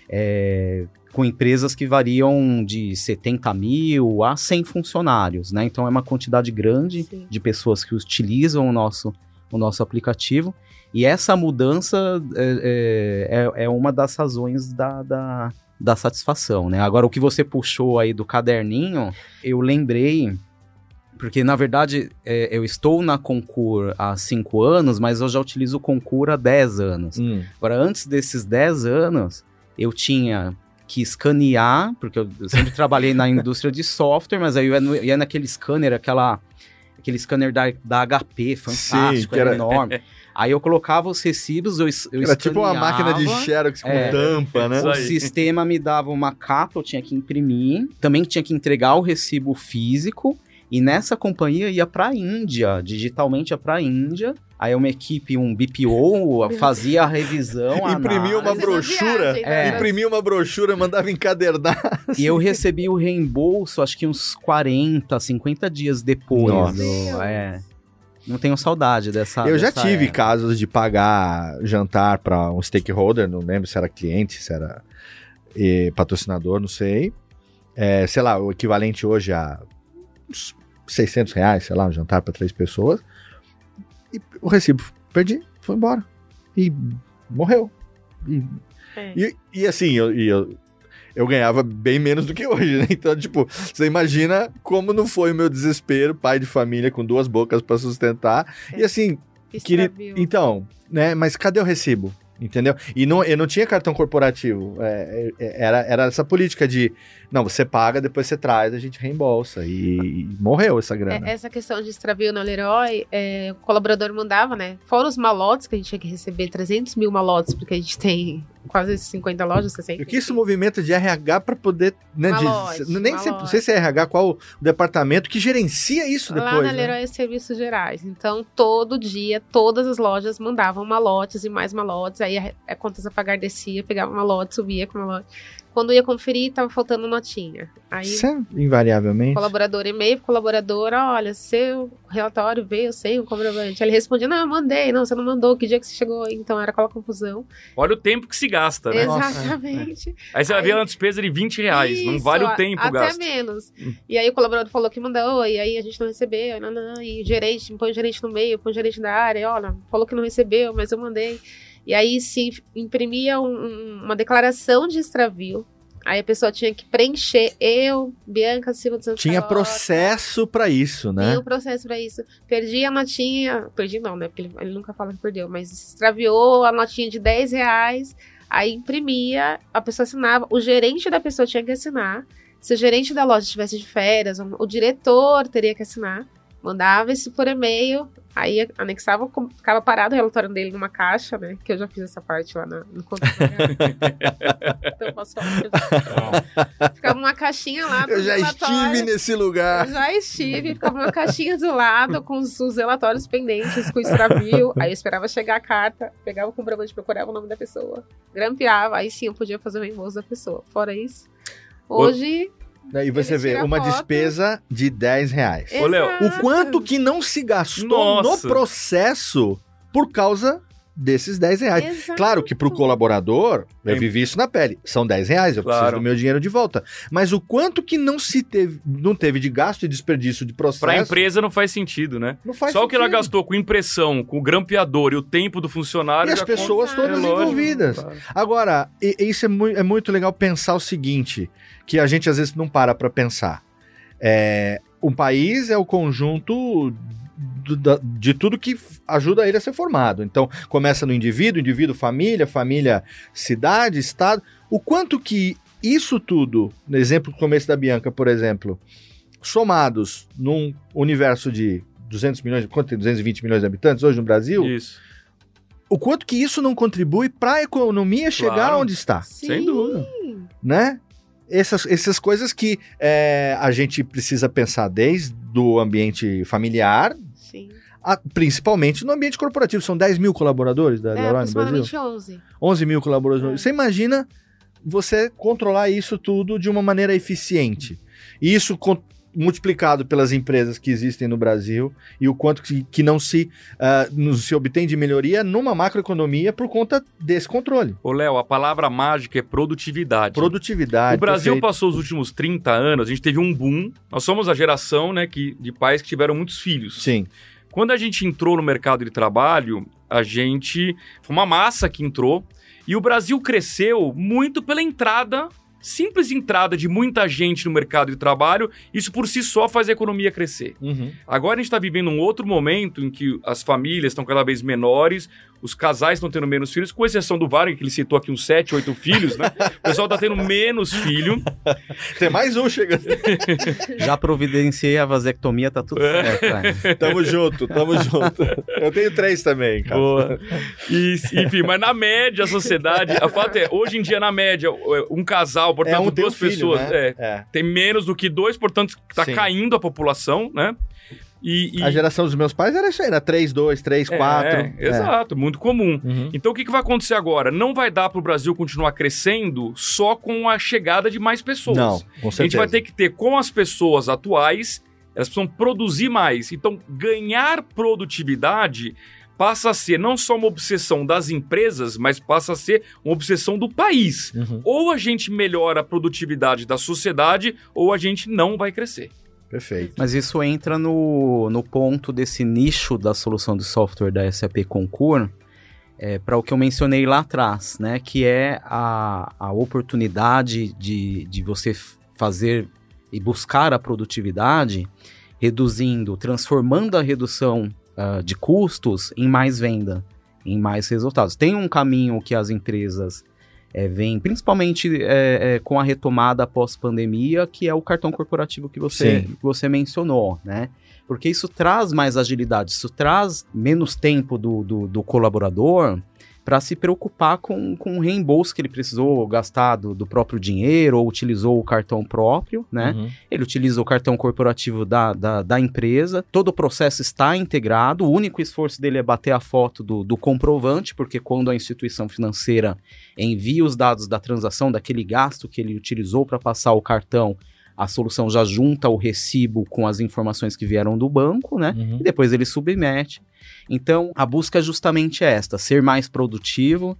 É, com empresas que variam de setenta mil a cem funcionários, né? Então é uma quantidade grande Sim. de pessoas que utilizam o nosso, o nosso aplicativo, e essa mudança é, é, é uma das razões da, da, da satisfação, né? Agora, o que você puxou aí do caderninho, eu lembrei, porque, na verdade, é, eu estou na Concur há cinco anos, mas eu já utilizo o Concur há dez anos. Hum. Agora, antes desses dez anos, eu tinha que escanear, porque eu sempre trabalhei na indústria de software, mas aí eu ia, no, ia naquele scanner, aquela, aquele scanner da, da H P, fantástico, Sim, era era enorme. Aí eu colocava os recibos, eu, eu Era tipo uma máquina de escaneava, xerox com é, tampa, né? Isso o aí. sistema me dava uma capa, eu tinha que imprimir, também tinha que entregar o recibo físico, e nessa companhia ia para a Índia, digitalmente ia para a Índia. Aí uma equipe, um B P O, fazia a revisão, a Imprimia uma análise, brochura, viagem, né? imprimia uma brochura, mandava encadernar. e eu recebi o reembolso, acho que uns quarenta, cinquenta dias depois. Nossa. do- é, não tenho saudade dessa Eu já dessa tive época. casos de pagar jantar para um stakeholder, não lembro se era cliente, se era eh, patrocinador, não sei. É, sei lá, o equivalente hoje a uns seiscentos reais, sei lá, um jantar para três pessoas. E o recibo, perdi, foi embora. E morreu. E, É. e, e assim, eu, e eu, eu ganhava bem menos do que hoje, né? Então, tipo, você imagina como não foi o meu desespero, pai de família com duas bocas para sustentar. É. E assim, queria, Extraviu. então, né? Mas cadê o recibo? Entendeu? E não, eu não tinha cartão corporativo. É, é, era, era essa política de, não, você paga, depois você traz, a gente reembolsa. E, e morreu essa grana. É, essa questão de extravio na Leroy, é, o colaborador mandava, né? Fora os malotes, que a gente tinha que receber trezentos mil malotes, porque a gente tem quase cinquenta lojas, sessenta. O que isso movimenta de R H para poder, né, de- Malote, nem sei, malote. não sei se é R H, qual o departamento que gerencia isso Lá depois, na né? Leroy é Serviços Gerais. Então, todo dia, todas as lojas mandavam malotes e mais malotes. Aí a, a contas a pagar descia, pegava malote, subia com malote. Quando ia conferir, tava faltando notinha. Aí Sempre, invariavelmente. colaborador, e-mail pro colaborador, olha, seu relatório veio sem o comprovante. Aí ele respondia, não, eu mandei, não, você não mandou, que dia que você chegou? Então era aquela confusão. Olha o tempo que se gasta, né? Exatamente. Aí você vai Aí- ver uma despesa de vinte reais. não Isso, vale o a- tempo até gasto. menos. E aí o colaborador falou que mandou, e aí a gente não recebeu, não, não, e o gerente, põe o gerente no meio, põe o gerente da área, e olha, falou que não recebeu, mas eu mandei. E aí se imprimia um- um- uma declaração de extravio. Aí a pessoa tinha que preencher, eu, Bianca Silva dos Santos Tinha Carota, processo para isso, né? Tinha um processo pra isso. Perdi a notinha. Perdi não, né? Porque ele, ele nunca fala que perdeu, mas extraviou a notinha de dez reais. Aí imprimia, a pessoa assinava. O gerente da pessoa tinha que assinar. Se o gerente da loja estivesse de férias, o diretor teria que assinar. Mandava isso por e-mail. Aí anexava, ficava parado o relatório dele numa caixa, né? Que eu já fiz essa parte lá na, no conto. Então eu posso falar que eu já... Ficava uma caixinha lá. Eu pro já relatório. estive nesse lugar. Eu já estive, ficava uma caixinha do lado com os, os relatórios pendentes, com o extravio. Aí eu esperava chegar a carta, pegava o comprovante, procurava o nome da pessoa, grampeava, aí sim eu podia fazer o reembolso da pessoa. Fora isso, hoje... Daí você Ele vê tira uma a foto. despesa de dez reais. Ô, Léo, O quanto que não se gastou Nossa. no processo por causa desses dez reais. Exato. Claro que pro colaborador, eu É. vivi isso na pele, são dez reais, eu Claro. preciso do meu dinheiro de volta. Mas o quanto que não se teve, não teve de gasto e desperdício de processo, Pra empresa não faz sentido, né? não faz Só o que ela sentido. gastou com impressão, com o grampeador e o tempo do funcionário. E as já pessoas conta- todas É lógico, envolvidas. claro. Agora, e- e isso é, mui- é muito legal pensar o seguinte, que a gente às vezes não para para pensar. É, um país é o conjunto do- da- de tudo que f- ajuda ele a ser formado. Então, começa no indivíduo, indivíduo, família, família, cidade, estado. O quanto que isso tudo, no exemplo do começo da Bianca, por exemplo, somados num universo de duzentos milhões, quanto tem duzentos e vinte milhões de habitantes hoje no Brasil, Isso. o quanto que isso não contribui para a economia chegar Claro. onde está, Sim. Sem dúvida. né? Essas, essas coisas que é, a gente precisa pensar desde o ambiente familiar, Sim. a- principalmente no ambiente corporativo. São dez mil colaboradores da É, Leroy no Brasil? aproximadamente onze. onze mil colaboradores. É. Você imagina você controlar isso tudo de uma maneira eficiente. E isso con- multiplicado pelas empresas que existem no Brasil e o quanto que, que não se, ah, não se obtém de melhoria numa macroeconomia por conta desse controle. Ô, Léo, a palavra mágica é produtividade. Produtividade. O Brasil perfeito. passou os últimos trinta anos, a gente teve um boom. Nós somos a geração, né, que, de pais que tiveram muitos filhos. Sim. Quando a gente entrou no mercado de trabalho, a gente... Foi uma massa que entrou. E o Brasil cresceu muito pela entrada simples entrada de muita gente no mercado de trabalho, isso por si só faz a economia crescer. Uhum. Agora a gente está vivendo um outro momento em que as famílias estão cada vez menores, os casais estão tendo menos filhos, com exceção do Wagner, que ele citou aqui uns sete, oito filhos, né? O pessoal está tendo menos filho. Tem mais um chegando. Já providenciei a vasectomia, tá tudo certo. Né? Tamo junto, tamo junto. Eu tenho três também, cara. Boa. E, enfim, mas na média, a sociedade... A fato é, hoje em dia, na média, um casal, portanto, é um duas filho, pessoas, né? é, é. tem menos do que dois, portanto, está caindo a população, né? E, e... A geração dos meus pais era isso aí, era três, dois, três, quatro. É, é. Exato, muito comum. Uhum. Então o que, que vai acontecer agora? Não vai dar para o Brasil continuar crescendo só com a chegada de mais pessoas. Não, com certeza. A gente vai ter que ter, com as pessoas atuais, elas precisam produzir mais. Então ganhar produtividade passa a ser não só uma obsessão das empresas, mas passa a ser uma obsessão do país. Uhum. Ou a gente melhora a produtividade da sociedade, ou a gente não vai crescer. Perfeito. Mas isso entra no, no ponto desse nicho da solução de software da S A P Concur, é, para o que eu mencionei lá atrás, né, que é a, a oportunidade de, de você fazer e buscar a produtividade, reduzindo, transformando a redução uh, de custos em mais venda, em mais resultados. Tem um caminho que as empresas É, vem principalmente é, é, com a retomada pós-pandemia, que é o cartão corporativo que você, que você mencionou, né? Porque isso traz mais agilidade, isso traz menos tempo do, do, do colaborador para se preocupar com, com o reembolso que ele precisou gastar do, do próprio dinheiro ou utilizou o cartão próprio, né? Uhum. Ele utiliza o cartão corporativo da, da, da empresa, todo o processo está integrado, o único esforço dele é bater a foto do, do comprovante, porque quando a instituição financeira envia os dados da transação, daquele gasto que ele utilizou para passar o cartão, a solução já junta o recibo com as informações que vieram do banco, né? Uhum. E depois ele submete. Então, a busca é justamente esta, ser mais produtivo,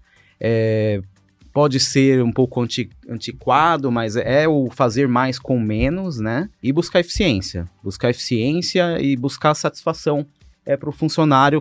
é, pode ser um pouco anti, antiquado, mas é o fazer mais com menos, né? E buscar eficiência, buscar eficiência e buscar satisfação é, para o funcionário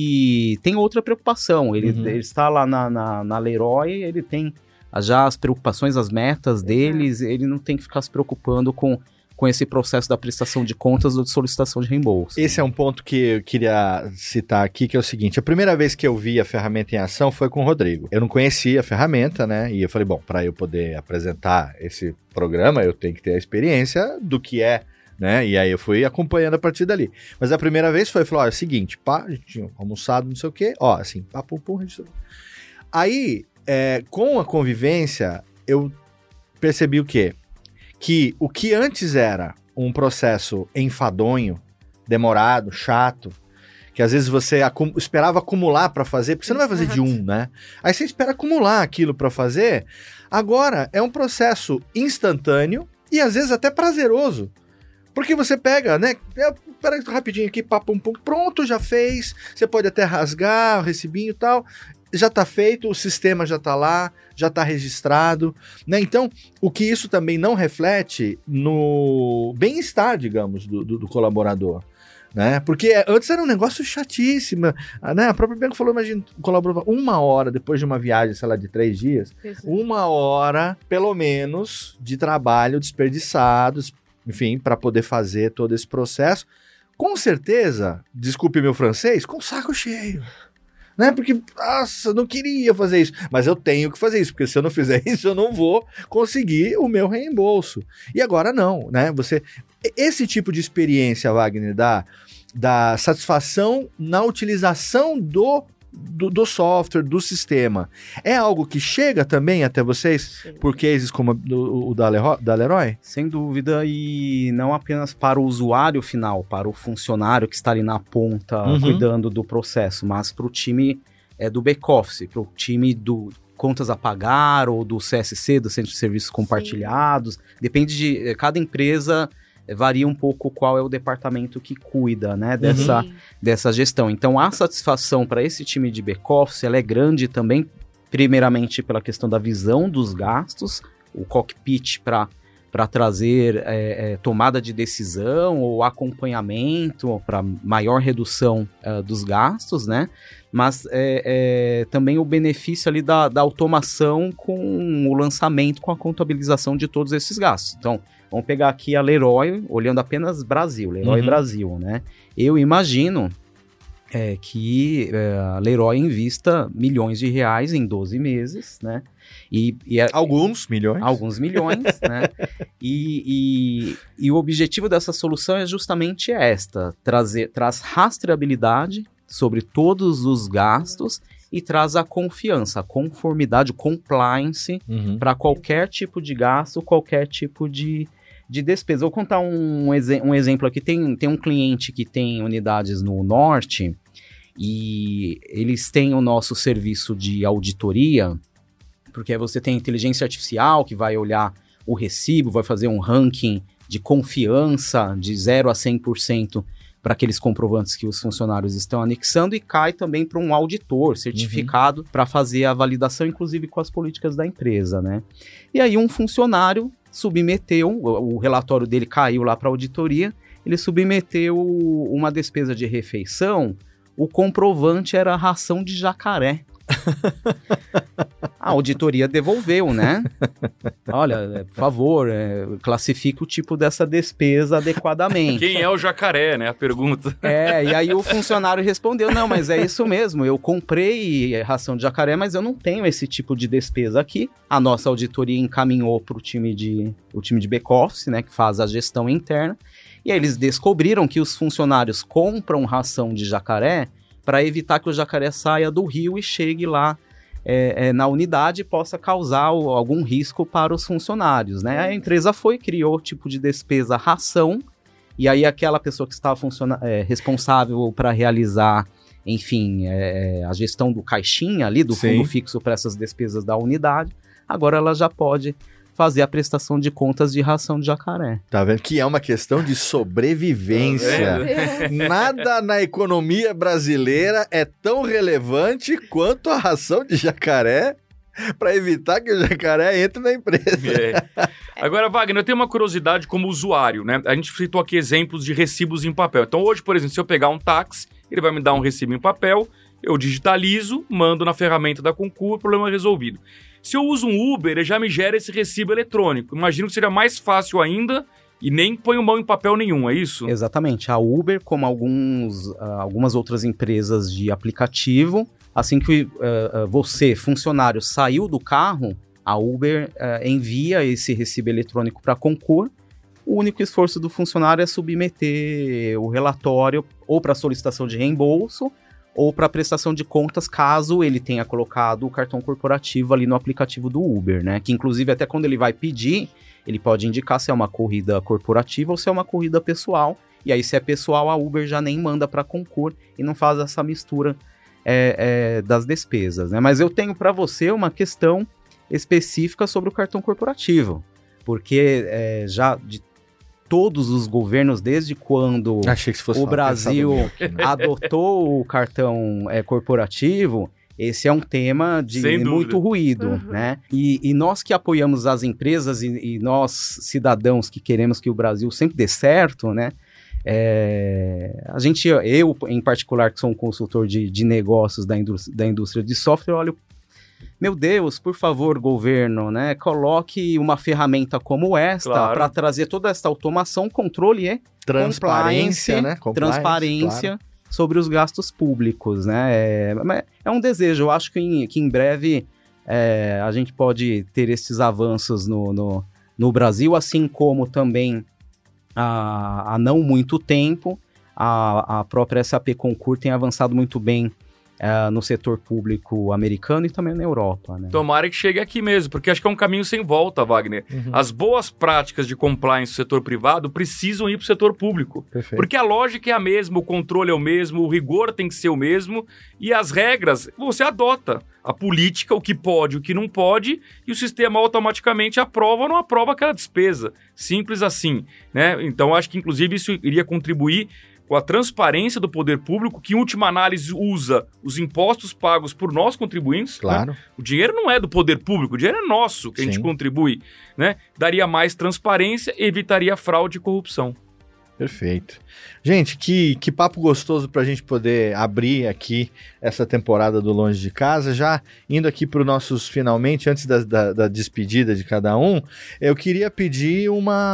que tem outra preocupação, ele, uhum. ele está lá na, na, na Leroy, ele tem já as preocupações, as metas deles, ele não tem que ficar se preocupando com... com esse processo da prestação de contas ou de solicitação de reembolso. Esse é um ponto que eu queria citar aqui, que é o seguinte, a primeira vez que eu vi a ferramenta em ação foi com o Rodrigo. Eu não conhecia a ferramenta, né, e eu falei, bom, para eu poder apresentar esse programa, eu tenho que ter a experiência do que é, né, e aí eu fui acompanhando a partir dali. Mas a primeira vez foi, falou, ó, é o seguinte, pá, a gente tinha almoçado, não sei o quê, ó, assim, pá, pum, pum, registrou. Aí, é, com a convivência, eu percebi o quê? Que o que antes era um processo enfadonho, demorado, chato, que às vezes você acum- esperava acumular para fazer, porque você não vai fazer de um, né? Aí você espera acumular aquilo para fazer. Agora é um processo instantâneo e às vezes até prazeroso. Porque você pega, né? Pera rapidinho aqui, pá, pum, pum, pronto, já fez. Você pode até rasgar o recibinho e tal. Já está feito, o sistema já está lá, já está registrado, né? Então, o que isso também não reflete no bem-estar, digamos, do, do, do colaborador, né? Porque antes era um negócio chatíssimo, né? A própria Bianca falou, imagina, o colaborador, uma hora depois de uma viagem, sei lá, de três dias, uma hora, pelo menos, de trabalho desperdiçado, enfim, para poder fazer todo esse processo, com certeza, desculpe meu francês, com o saco cheio. Né? Porque, nossa, eu não queria fazer isso, mas eu tenho que fazer isso, porque se eu não fizer isso, eu não vou conseguir o meu reembolso. E agora não, né? Você, esse tipo de experiência, Wagner, da, da satisfação na utilização do, do, do software, do sistema, é algo que chega também até vocês, Sim. por cases como o, o da, Leroy, da Leroy? Sem dúvida, e não apenas para o usuário final, para o funcionário que está ali na ponta uhum. cuidando do processo, mas para o time é, do back-office, para o time do contas a pagar ou do C S C, do Centro de Serviços Compartilhados. Sim. Depende de... Cada empresa varia um pouco qual é o departamento que cuida, né, dessa, uhum. dessa gestão. Então, a satisfação para esse time de back-office, ela é grande também, primeiramente pela questão da visão dos gastos, o cockpit para para trazer é, é, tomada de decisão ou acompanhamento para maior redução uh, dos gastos, né? Mas é, é, também o benefício ali da, da automação com o lançamento, com a contabilização de todos esses gastos. Então, vamos pegar aqui a Leroy, olhando apenas Brasil, Leroy uhum. Brasil, né? Eu imagino é, que é, a Leroy invista milhões de reais em doze meses, né? E, e é, alguns milhões. Alguns milhões, né? E, e, e o objetivo dessa solução é justamente esta, trazer, traz rastreabilidade sobre todos os gastos e traz a confiança, a conformidade, o compliance uhum. para qualquer tipo de gasto, qualquer tipo de, de despesa. Vou contar um, um exemplo aqui. Tem, tem um cliente que tem unidades no norte e eles têm o nosso serviço de auditoria, porque aí você tem inteligência artificial que vai olhar o recibo, vai fazer um ranking de confiança de zero a cem por cento para aqueles comprovantes que os funcionários estão anexando e cai também para um auditor certificado uhum. para fazer a validação, inclusive com as políticas da empresa, né? E aí um funcionário submeteu, o relatório dele caiu lá para a auditoria, ele submeteu uma despesa de refeição, o comprovante era a ração de jacaré. A auditoria devolveu, né? Olha, por favor, é, classifique o tipo dessa despesa adequadamente. Quem é o jacaré, né? A pergunta. É, e aí o funcionário respondeu, não, mas é isso mesmo, eu comprei ração de jacaré, mas eu não tenho esse tipo de despesa aqui. A nossa auditoria encaminhou para o time de, o time de back-office, né, que faz a gestão interna, e aí eles descobriram que os funcionários compram ração de jacaré para evitar que o jacaré saia do rio e chegue lá é, é, na unidade e possa causar o, algum risco para os funcionários, né? A empresa foi, criou tipo de despesa ração, e aí aquela pessoa que estava funciona, é, responsável para realizar, enfim, é, a gestão do caixinha ali, do Sim. fundo fixo para essas despesas da unidade, agora ela já pode fazer a prestação de contas de ração de jacaré. Tá vendo? Que é uma questão de sobrevivência. Tá Nada na economia brasileira é tão relevante quanto a ração de jacaré para evitar que o jacaré entre na empresa. É. Agora, Wagner, eu tenho uma curiosidade como usuário, né? A gente citou aqui exemplos de recibos em papel. Então, hoje, por exemplo, se eu pegar um táxi, ele vai me dar um recibo em papel, eu digitalizo, mando na ferramenta da Concur, problema resolvido. Se eu uso um Uber, ele já me gera esse recibo eletrônico. Imagino que seria mais fácil ainda e nem ponho mão em papel nenhum, é isso? Exatamente. A Uber, como alguns, uh, algumas outras empresas de aplicativo, assim que uh, uh, você, funcionário, saiu do carro, a Uber uh, envia esse recibo eletrônico para a Concur. O único esforço do funcionário é submeter o relatório ou para solicitação de reembolso ou para prestação de contas, caso ele tenha colocado o cartão corporativo ali no aplicativo do Uber, né? Que inclusive até quando ele vai pedir, ele pode indicar se é uma corrida corporativa ou se é uma corrida pessoal. E aí se é pessoal, a Uber já nem manda para a Concur e não faz essa mistura é, é, das despesas, né? Mas eu tenho para você uma questão específica sobre o cartão corporativo, porque é, já de todos os governos, desde quando o Brasil adotou o cartão é, corporativo, esse é um tema de muito ruído, uhum. né? E, e nós que apoiamos as empresas e, e nós, cidadãos, que queremos que o Brasil sempre dê certo, né? É, a gente, eu em particular, que sou um consultor de, de negócios da indústria, da indústria de software, olho, meu Deus, por favor, governo, né, coloque uma ferramenta como esta claro. Para trazer toda essa automação, controle e transparência, né? transparência claro. Sobre os gastos públicos, né? É, é um desejo, eu acho que em, que em breve é, a gente pode ter esses avanços no, no, no Brasil, assim como também há, há não muito tempo a, a própria S A P Concur tem avançado muito bem Uh, no setor público americano e também na Europa, né? Tomara que chegue aqui mesmo, porque acho que é um caminho sem volta, Wagner. Uhum. As boas práticas de compliance do setor privado precisam ir para o setor público. Perfeito. Porque a lógica é a mesma, o controle é o mesmo, o rigor tem que ser o mesmo e as regras você adota. A política, o que pode, o que não pode, e o sistema automaticamente aprova ou não aprova aquela despesa. Simples assim, né? Então, acho que, inclusive, isso iria contribuir com a transparência do poder público, que em última análise usa os impostos pagos por nós contribuintes. Claro. Né? O dinheiro não é do poder público, o dinheiro é nosso, que Sim. a gente contribui. Né? Daria mais transparência e evitaria fraude e corrupção. Perfeito. Gente, que, que papo gostoso para a gente poder abrir aqui essa temporada do Longe de Casa. Já indo aqui para os nossos finalmente, antes da, da, da despedida de cada um, eu queria pedir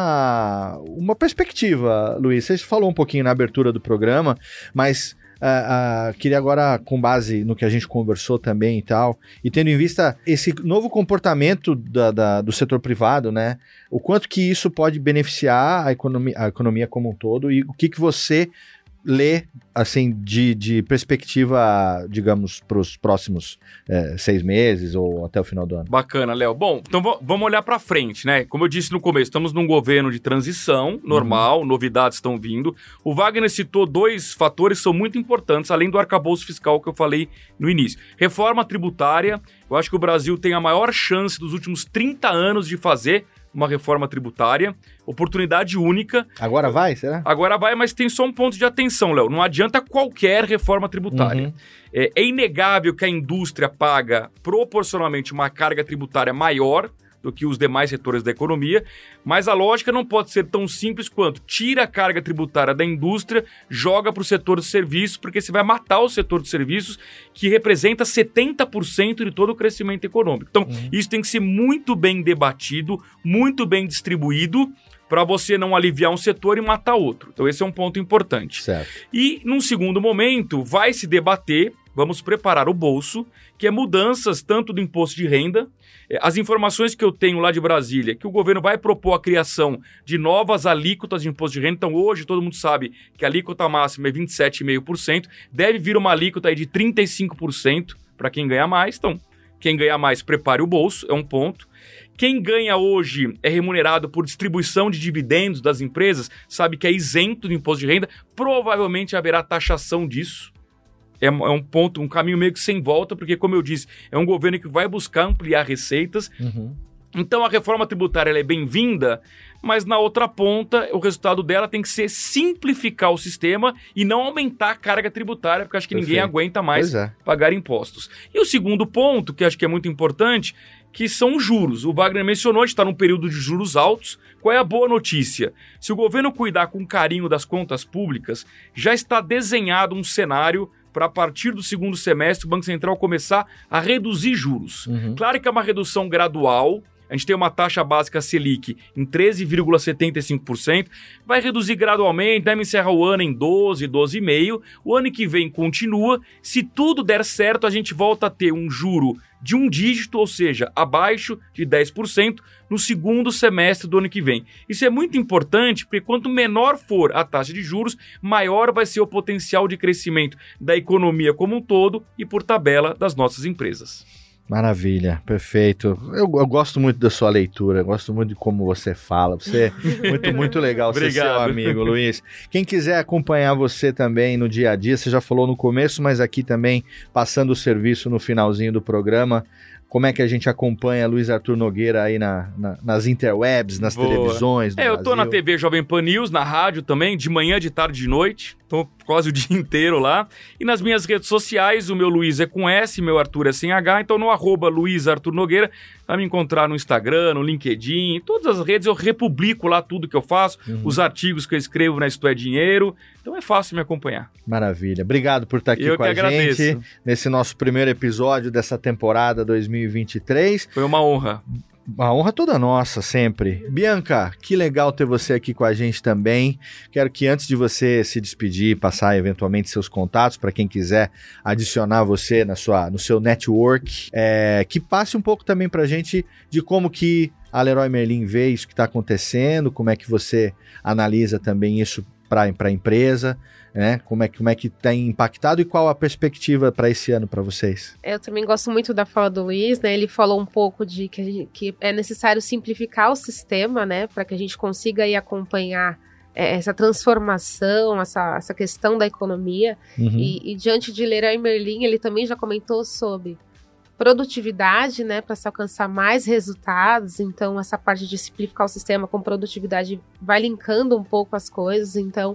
uma, uma perspectiva, Luiz. Você falou um pouquinho na abertura do programa, mas... Uh, uh, queria agora, com base no que a gente conversou também e tal, e tendo em vista esse novo comportamento da, da, do setor privado, né? O quanto que isso pode beneficiar a economia, a economia como um todo e o que, que você lê, assim, de, de perspectiva, digamos, para os próximos é, seis meses ou até o final do ano. Bacana, Léo. Bom, então v- vamos olhar para frente, né? Como eu disse no começo, estamos num governo de transição normal, uhum. novidades estão vindo. O Wagner citou dois fatores que são muito importantes, além do arcabouço fiscal que eu falei no início. Reforma tributária, eu acho que o Brasil tem a maior chance dos últimos trinta anos de fazer uma reforma tributária, oportunidade única. Agora vai, será? Agora vai, mas tem só um ponto de atenção, Léo. Não adianta qualquer reforma tributária. Uhum. É, é inegável que a indústria paga proporcionalmente uma carga tributária maior do que os demais setores da economia, mas a lógica não pode ser tão simples quanto tira a carga tributária da indústria, joga para o setor de serviços, porque você vai matar o setor de serviços, que representa setenta por cento de todo o crescimento econômico. Então, uhum. isso tem que ser muito bem debatido, muito bem distribuído, para você não aliviar um setor e matar outro. Então, esse é um ponto importante. Certo. E, num segundo momento, vai se debater, vamos preparar o bolso, que é mudanças tanto do imposto de renda. As informações que eu tenho lá de Brasília, que o governo vai propor a criação de novas alíquotas de imposto de renda. Então, hoje, todo mundo sabe que a alíquota máxima é vinte e sete vírgula cinco por cento. Deve vir uma alíquota aí de trinta e cinco por cento para quem ganha mais. Então, quem ganha mais, prepare o bolso, é um ponto. Quem ganha hoje é remunerado por distribuição de dividendos das empresas, sabe que é isento do imposto de renda. Provavelmente haverá taxação disso. É um ponto, um caminho meio que sem volta, porque, como eu disse, é um governo que vai buscar ampliar receitas. Uhum. Então, a reforma tributária ela é bem-vinda, mas na outra ponta, o resultado dela tem que ser simplificar o sistema e não aumentar a carga tributária, porque acho que Perfeito. Ninguém aguenta mais é. pagar impostos. E o segundo ponto, que acho que é muito importante, que são os juros. O Wagner mencionou, a gente está num período de juros altos. Qual é a boa notícia? Se o governo cuidar com carinho das contas públicas, já está desenhado um cenário para, a partir do segundo semestre, o Banco Central começar a reduzir juros. Uhum. Claro que é uma redução gradual. A gente tem uma taxa básica Selic em treze vírgula setenta e cinco por cento, vai reduzir gradualmente, deve encerrar o ano em doze, doze vírgula cinco por cento, o ano que vem continua. Se tudo der certo, a gente volta a ter um juro de um dígito, ou seja, abaixo de dez por cento, no segundo semestre do ano que vem. Isso é muito importante, porque quanto menor for a taxa de juros, maior vai ser o potencial de crescimento da economia como um todo e, por tabela, das nossas empresas. Maravilha, perfeito. Eu, eu gosto muito da sua leitura, eu gosto muito de como você fala. Você é muito, muito legal ser seu amigo, Luiz. Quem quiser acompanhar você também no dia a dia, você já falou no começo, mas aqui também passando o serviço no finalzinho do programa. Como é que a gente acompanha Luiz Arthur Nogueira aí na, na, nas interwebs, nas Boa. televisões do É, eu Brasil? tô na T V Jovem Pan News, na rádio também, de manhã, de tarde, de noite. Tô quase o dia inteiro lá. E nas minhas redes sociais, o meu Luiz é com S, meu Arthur é sem H. Então no arroba Luiz Arthur Nogueira, vai me encontrar no Instagram, no LinkedIn, em todas as redes eu republico lá tudo que eu faço, uhum. os artigos que eu escrevo na Isto é Dinheiro. Então é fácil me acompanhar. Maravilha. Obrigado por estar aqui eu com a agradeço. gente nesse nosso primeiro episódio dessa temporada dois mil e vinte e três. Foi uma honra. A honra toda nossa, sempre. Bianca, que legal ter você aqui com a gente também. Quero que antes de você se despedir, passar eventualmente seus contatos para quem quiser adicionar você na sua, no seu network, é, que passe um pouco também para a gente de como que a Leroy Merlin vê isso que está acontecendo, como é que você analisa também isso para a empresa, né? Como é, como é que tem impactado e qual a perspectiva para esse ano para vocês? Eu também gosto muito da fala do Luiz, né? Ele falou um pouco de que, a gente, que é necessário simplificar o sistema, né? Para que a gente consiga aí acompanhar é, essa transformação, essa, essa questão da economia. Uhum. E, e diante de Leroy Merlin, ele também já comentou sobre produtividade, né, para se alcançar mais resultados. Então, essa parte de simplificar o sistema com produtividade vai linkando um pouco as coisas. Então,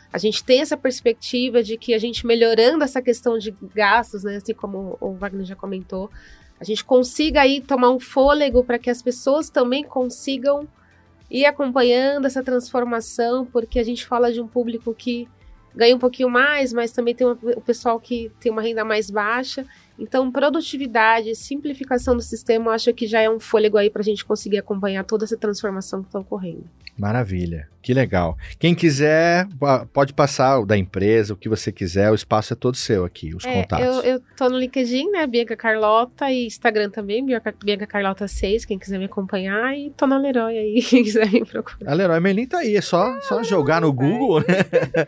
a gente tem essa perspectiva de que a gente melhorando essa questão de gastos, né, assim como o Wagner já comentou, a gente consiga aí tomar um fôlego para que as pessoas também consigam ir acompanhando essa transformação, porque a gente fala de um público que ganha um pouquinho mais, mas também tem uma, o pessoal que tem uma renda mais baixa. Então, produtividade, simplificação do sistema, eu acho que já é um fôlego aí para a gente conseguir acompanhar toda essa transformação que está ocorrendo. Maravilha, que legal. Quem quiser, pode passar o da empresa, o que você quiser, o espaço é todo seu aqui, os é, contatos. Eu, eu tô no LinkedIn, né, Bianca Carlota, e Instagram também, Bianca Carlota seis, quem quiser me acompanhar, e tô na Leroy aí, quem quiser me procurar. A Leroy Merlin tá aí, é só, é, só jogar no Google, né?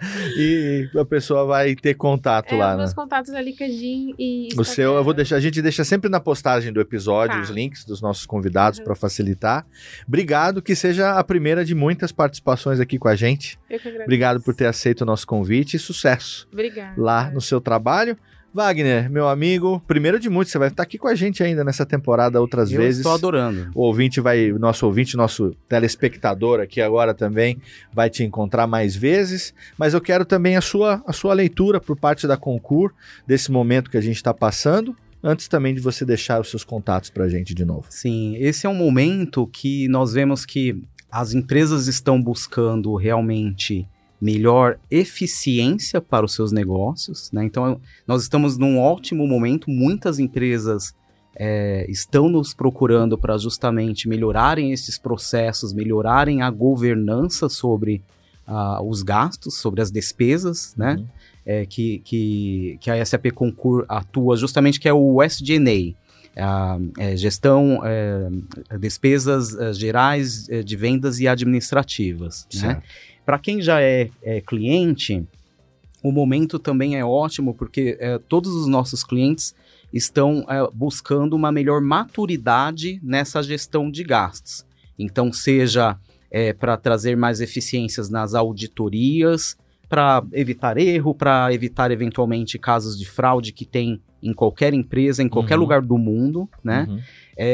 E a pessoa vai ter contato é, lá. Os meus né? contatos é LinkedIn e Instagram. O seu, eu vou deixar, a gente deixa sempre na postagem do episódio Tá. os links dos nossos convidados Uhum. para facilitar. Obrigado, que seja a primeira de muitas participações aqui com a gente. Eu que agradeço. Obrigado por ter aceito o nosso convite e sucesso Obrigada. lá no seu trabalho. Wagner, meu amigo, primeiro de muitos, você vai estar aqui com a gente ainda nessa temporada outras Eu vezes. estou adorando. O ouvinte vai, o nosso ouvinte, nosso telespectador aqui agora também vai te encontrar mais vezes, mas eu quero também a sua, a sua leitura por parte da Concur, desse momento que a gente está passando, antes também de você deixar os seus contatos para a gente de novo. Sim, esse é um momento que nós vemos que as empresas estão buscando realmente melhor eficiência para os seus negócios, né? Então, nós estamos num ótimo momento, muitas empresas é, estão nos procurando para justamente melhorarem esses processos, melhorarem a governança sobre uh, os gastos, sobre as despesas, né? Uhum. É, que, que, que a S A P Concur atua justamente, que é o S G and A. A, é, gestão, é, despesas é, gerais é, de vendas e administrativas, né? Para quem já é, é cliente, o momento também é ótimo, porque é, todos os nossos clientes estão é, buscando uma melhor maturidade nessa gestão de gastos. Então, seja é, para trazer mais eficiências nas auditorias, para evitar erro, para evitar eventualmente casos de fraude que tem em qualquer empresa, em qualquer Uhum. lugar do mundo, né? Uhum.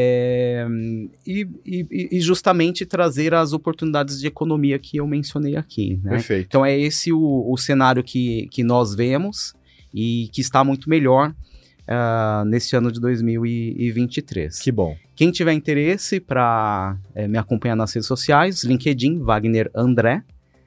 É, e, e, e justamente trazer as oportunidades de economia que eu mencionei aqui, né? Perfeito. Então é esse o, o cenário que, que nós vemos e que está muito melhor uh, neste ano de dois mil e vinte e três. Que bom. Quem tiver interesse para é, me acompanhar nas redes sociais, LinkedIn, Wagner André.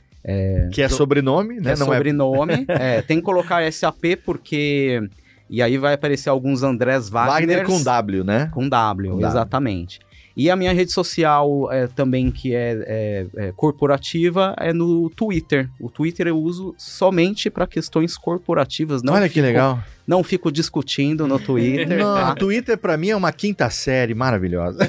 É, Que é sobrenome, que né? é Não sobrenome. É, tem que colocar S A P porque... E aí vai aparecer alguns Andrés Wagner. Wagner com W, né? Com W, Com exatamente. E a minha rede social é, também, que é, é, é corporativa, é no Twitter. O Twitter eu uso somente para questões corporativas. Não Olha que fico, legal. Não fico discutindo no Twitter. Não, tá? Twitter pra mim é uma quinta série maravilhosa.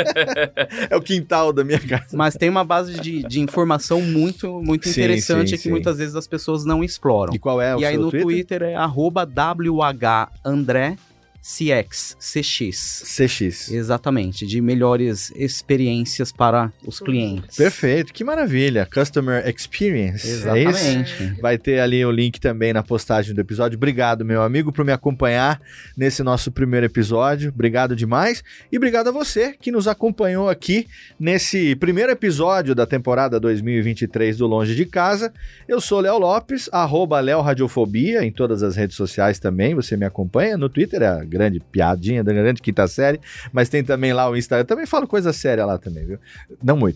É o quintal da minha casa. Mas tem uma base de, de informação muito, muito Sim, interessante sim, que sim. muitas vezes as pessoas não exploram. E qual é o E aí seu no Twitter? Twitter é arroba W H André C X, C X. C X. Exatamente, de melhores experiências para os clientes. Perfeito, que maravilha. Customer Experience. É isso? Exatamente. Vai ter ali o link também na postagem do episódio. Obrigado, meu amigo, por me acompanhar nesse nosso primeiro episódio. Obrigado demais. E obrigado a você que nos acompanhou aqui nesse primeiro episódio da temporada dois mil e vinte e três do Longe de Casa. Eu sou Léo Lopes, arroba Léo Radiofobia, em todas as redes sociais também. Você me acompanha no Twitter, é a grande piadinha da grande quinta série, mas tem também lá o Instagram. Eu também falo coisa séria lá também, viu? Não muito.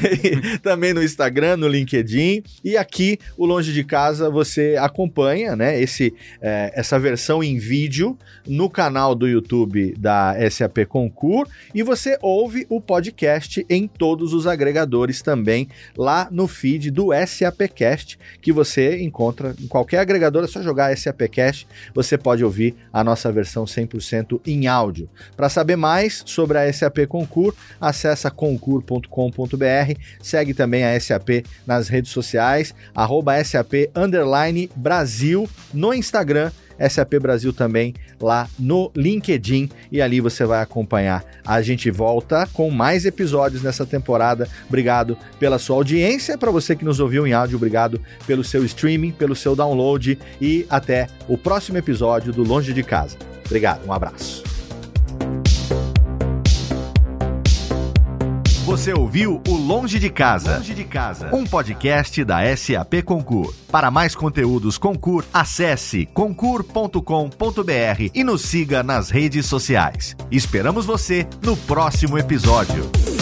Também no Instagram, no LinkedIn. E aqui, o Longe de Casa, você acompanha, né, esse, é, essa versão em vídeo no canal do YouTube da S A P Concur e você ouve o podcast em todos os agregadores também, lá no feed do SAPcast, que você encontra em qualquer agregador, é só jogar SAPcast, você pode ouvir a nossa versão cem por cento em áudio. Para saber mais sobre a S A P Concur, acessa concur ponto com ponto b r, segue também a S A P nas redes sociais, arroba S A P underline Brasil no Instagram, S A P Brasil também lá no LinkedIn, e ali você vai acompanhar. A gente volta com mais episódios nessa temporada. Obrigado pela sua audiência, para você que nos ouviu em áudio, obrigado pelo seu streaming, pelo seu download, e até o próximo episódio do Longe de Casa. Obrigado, um abraço. Você ouviu o Longe de Casa, Longe de Casa, um podcast da S A P Concur. Para mais conteúdos Concur, acesse concur ponto com ponto b r e nos siga nas redes sociais. Esperamos você no próximo episódio.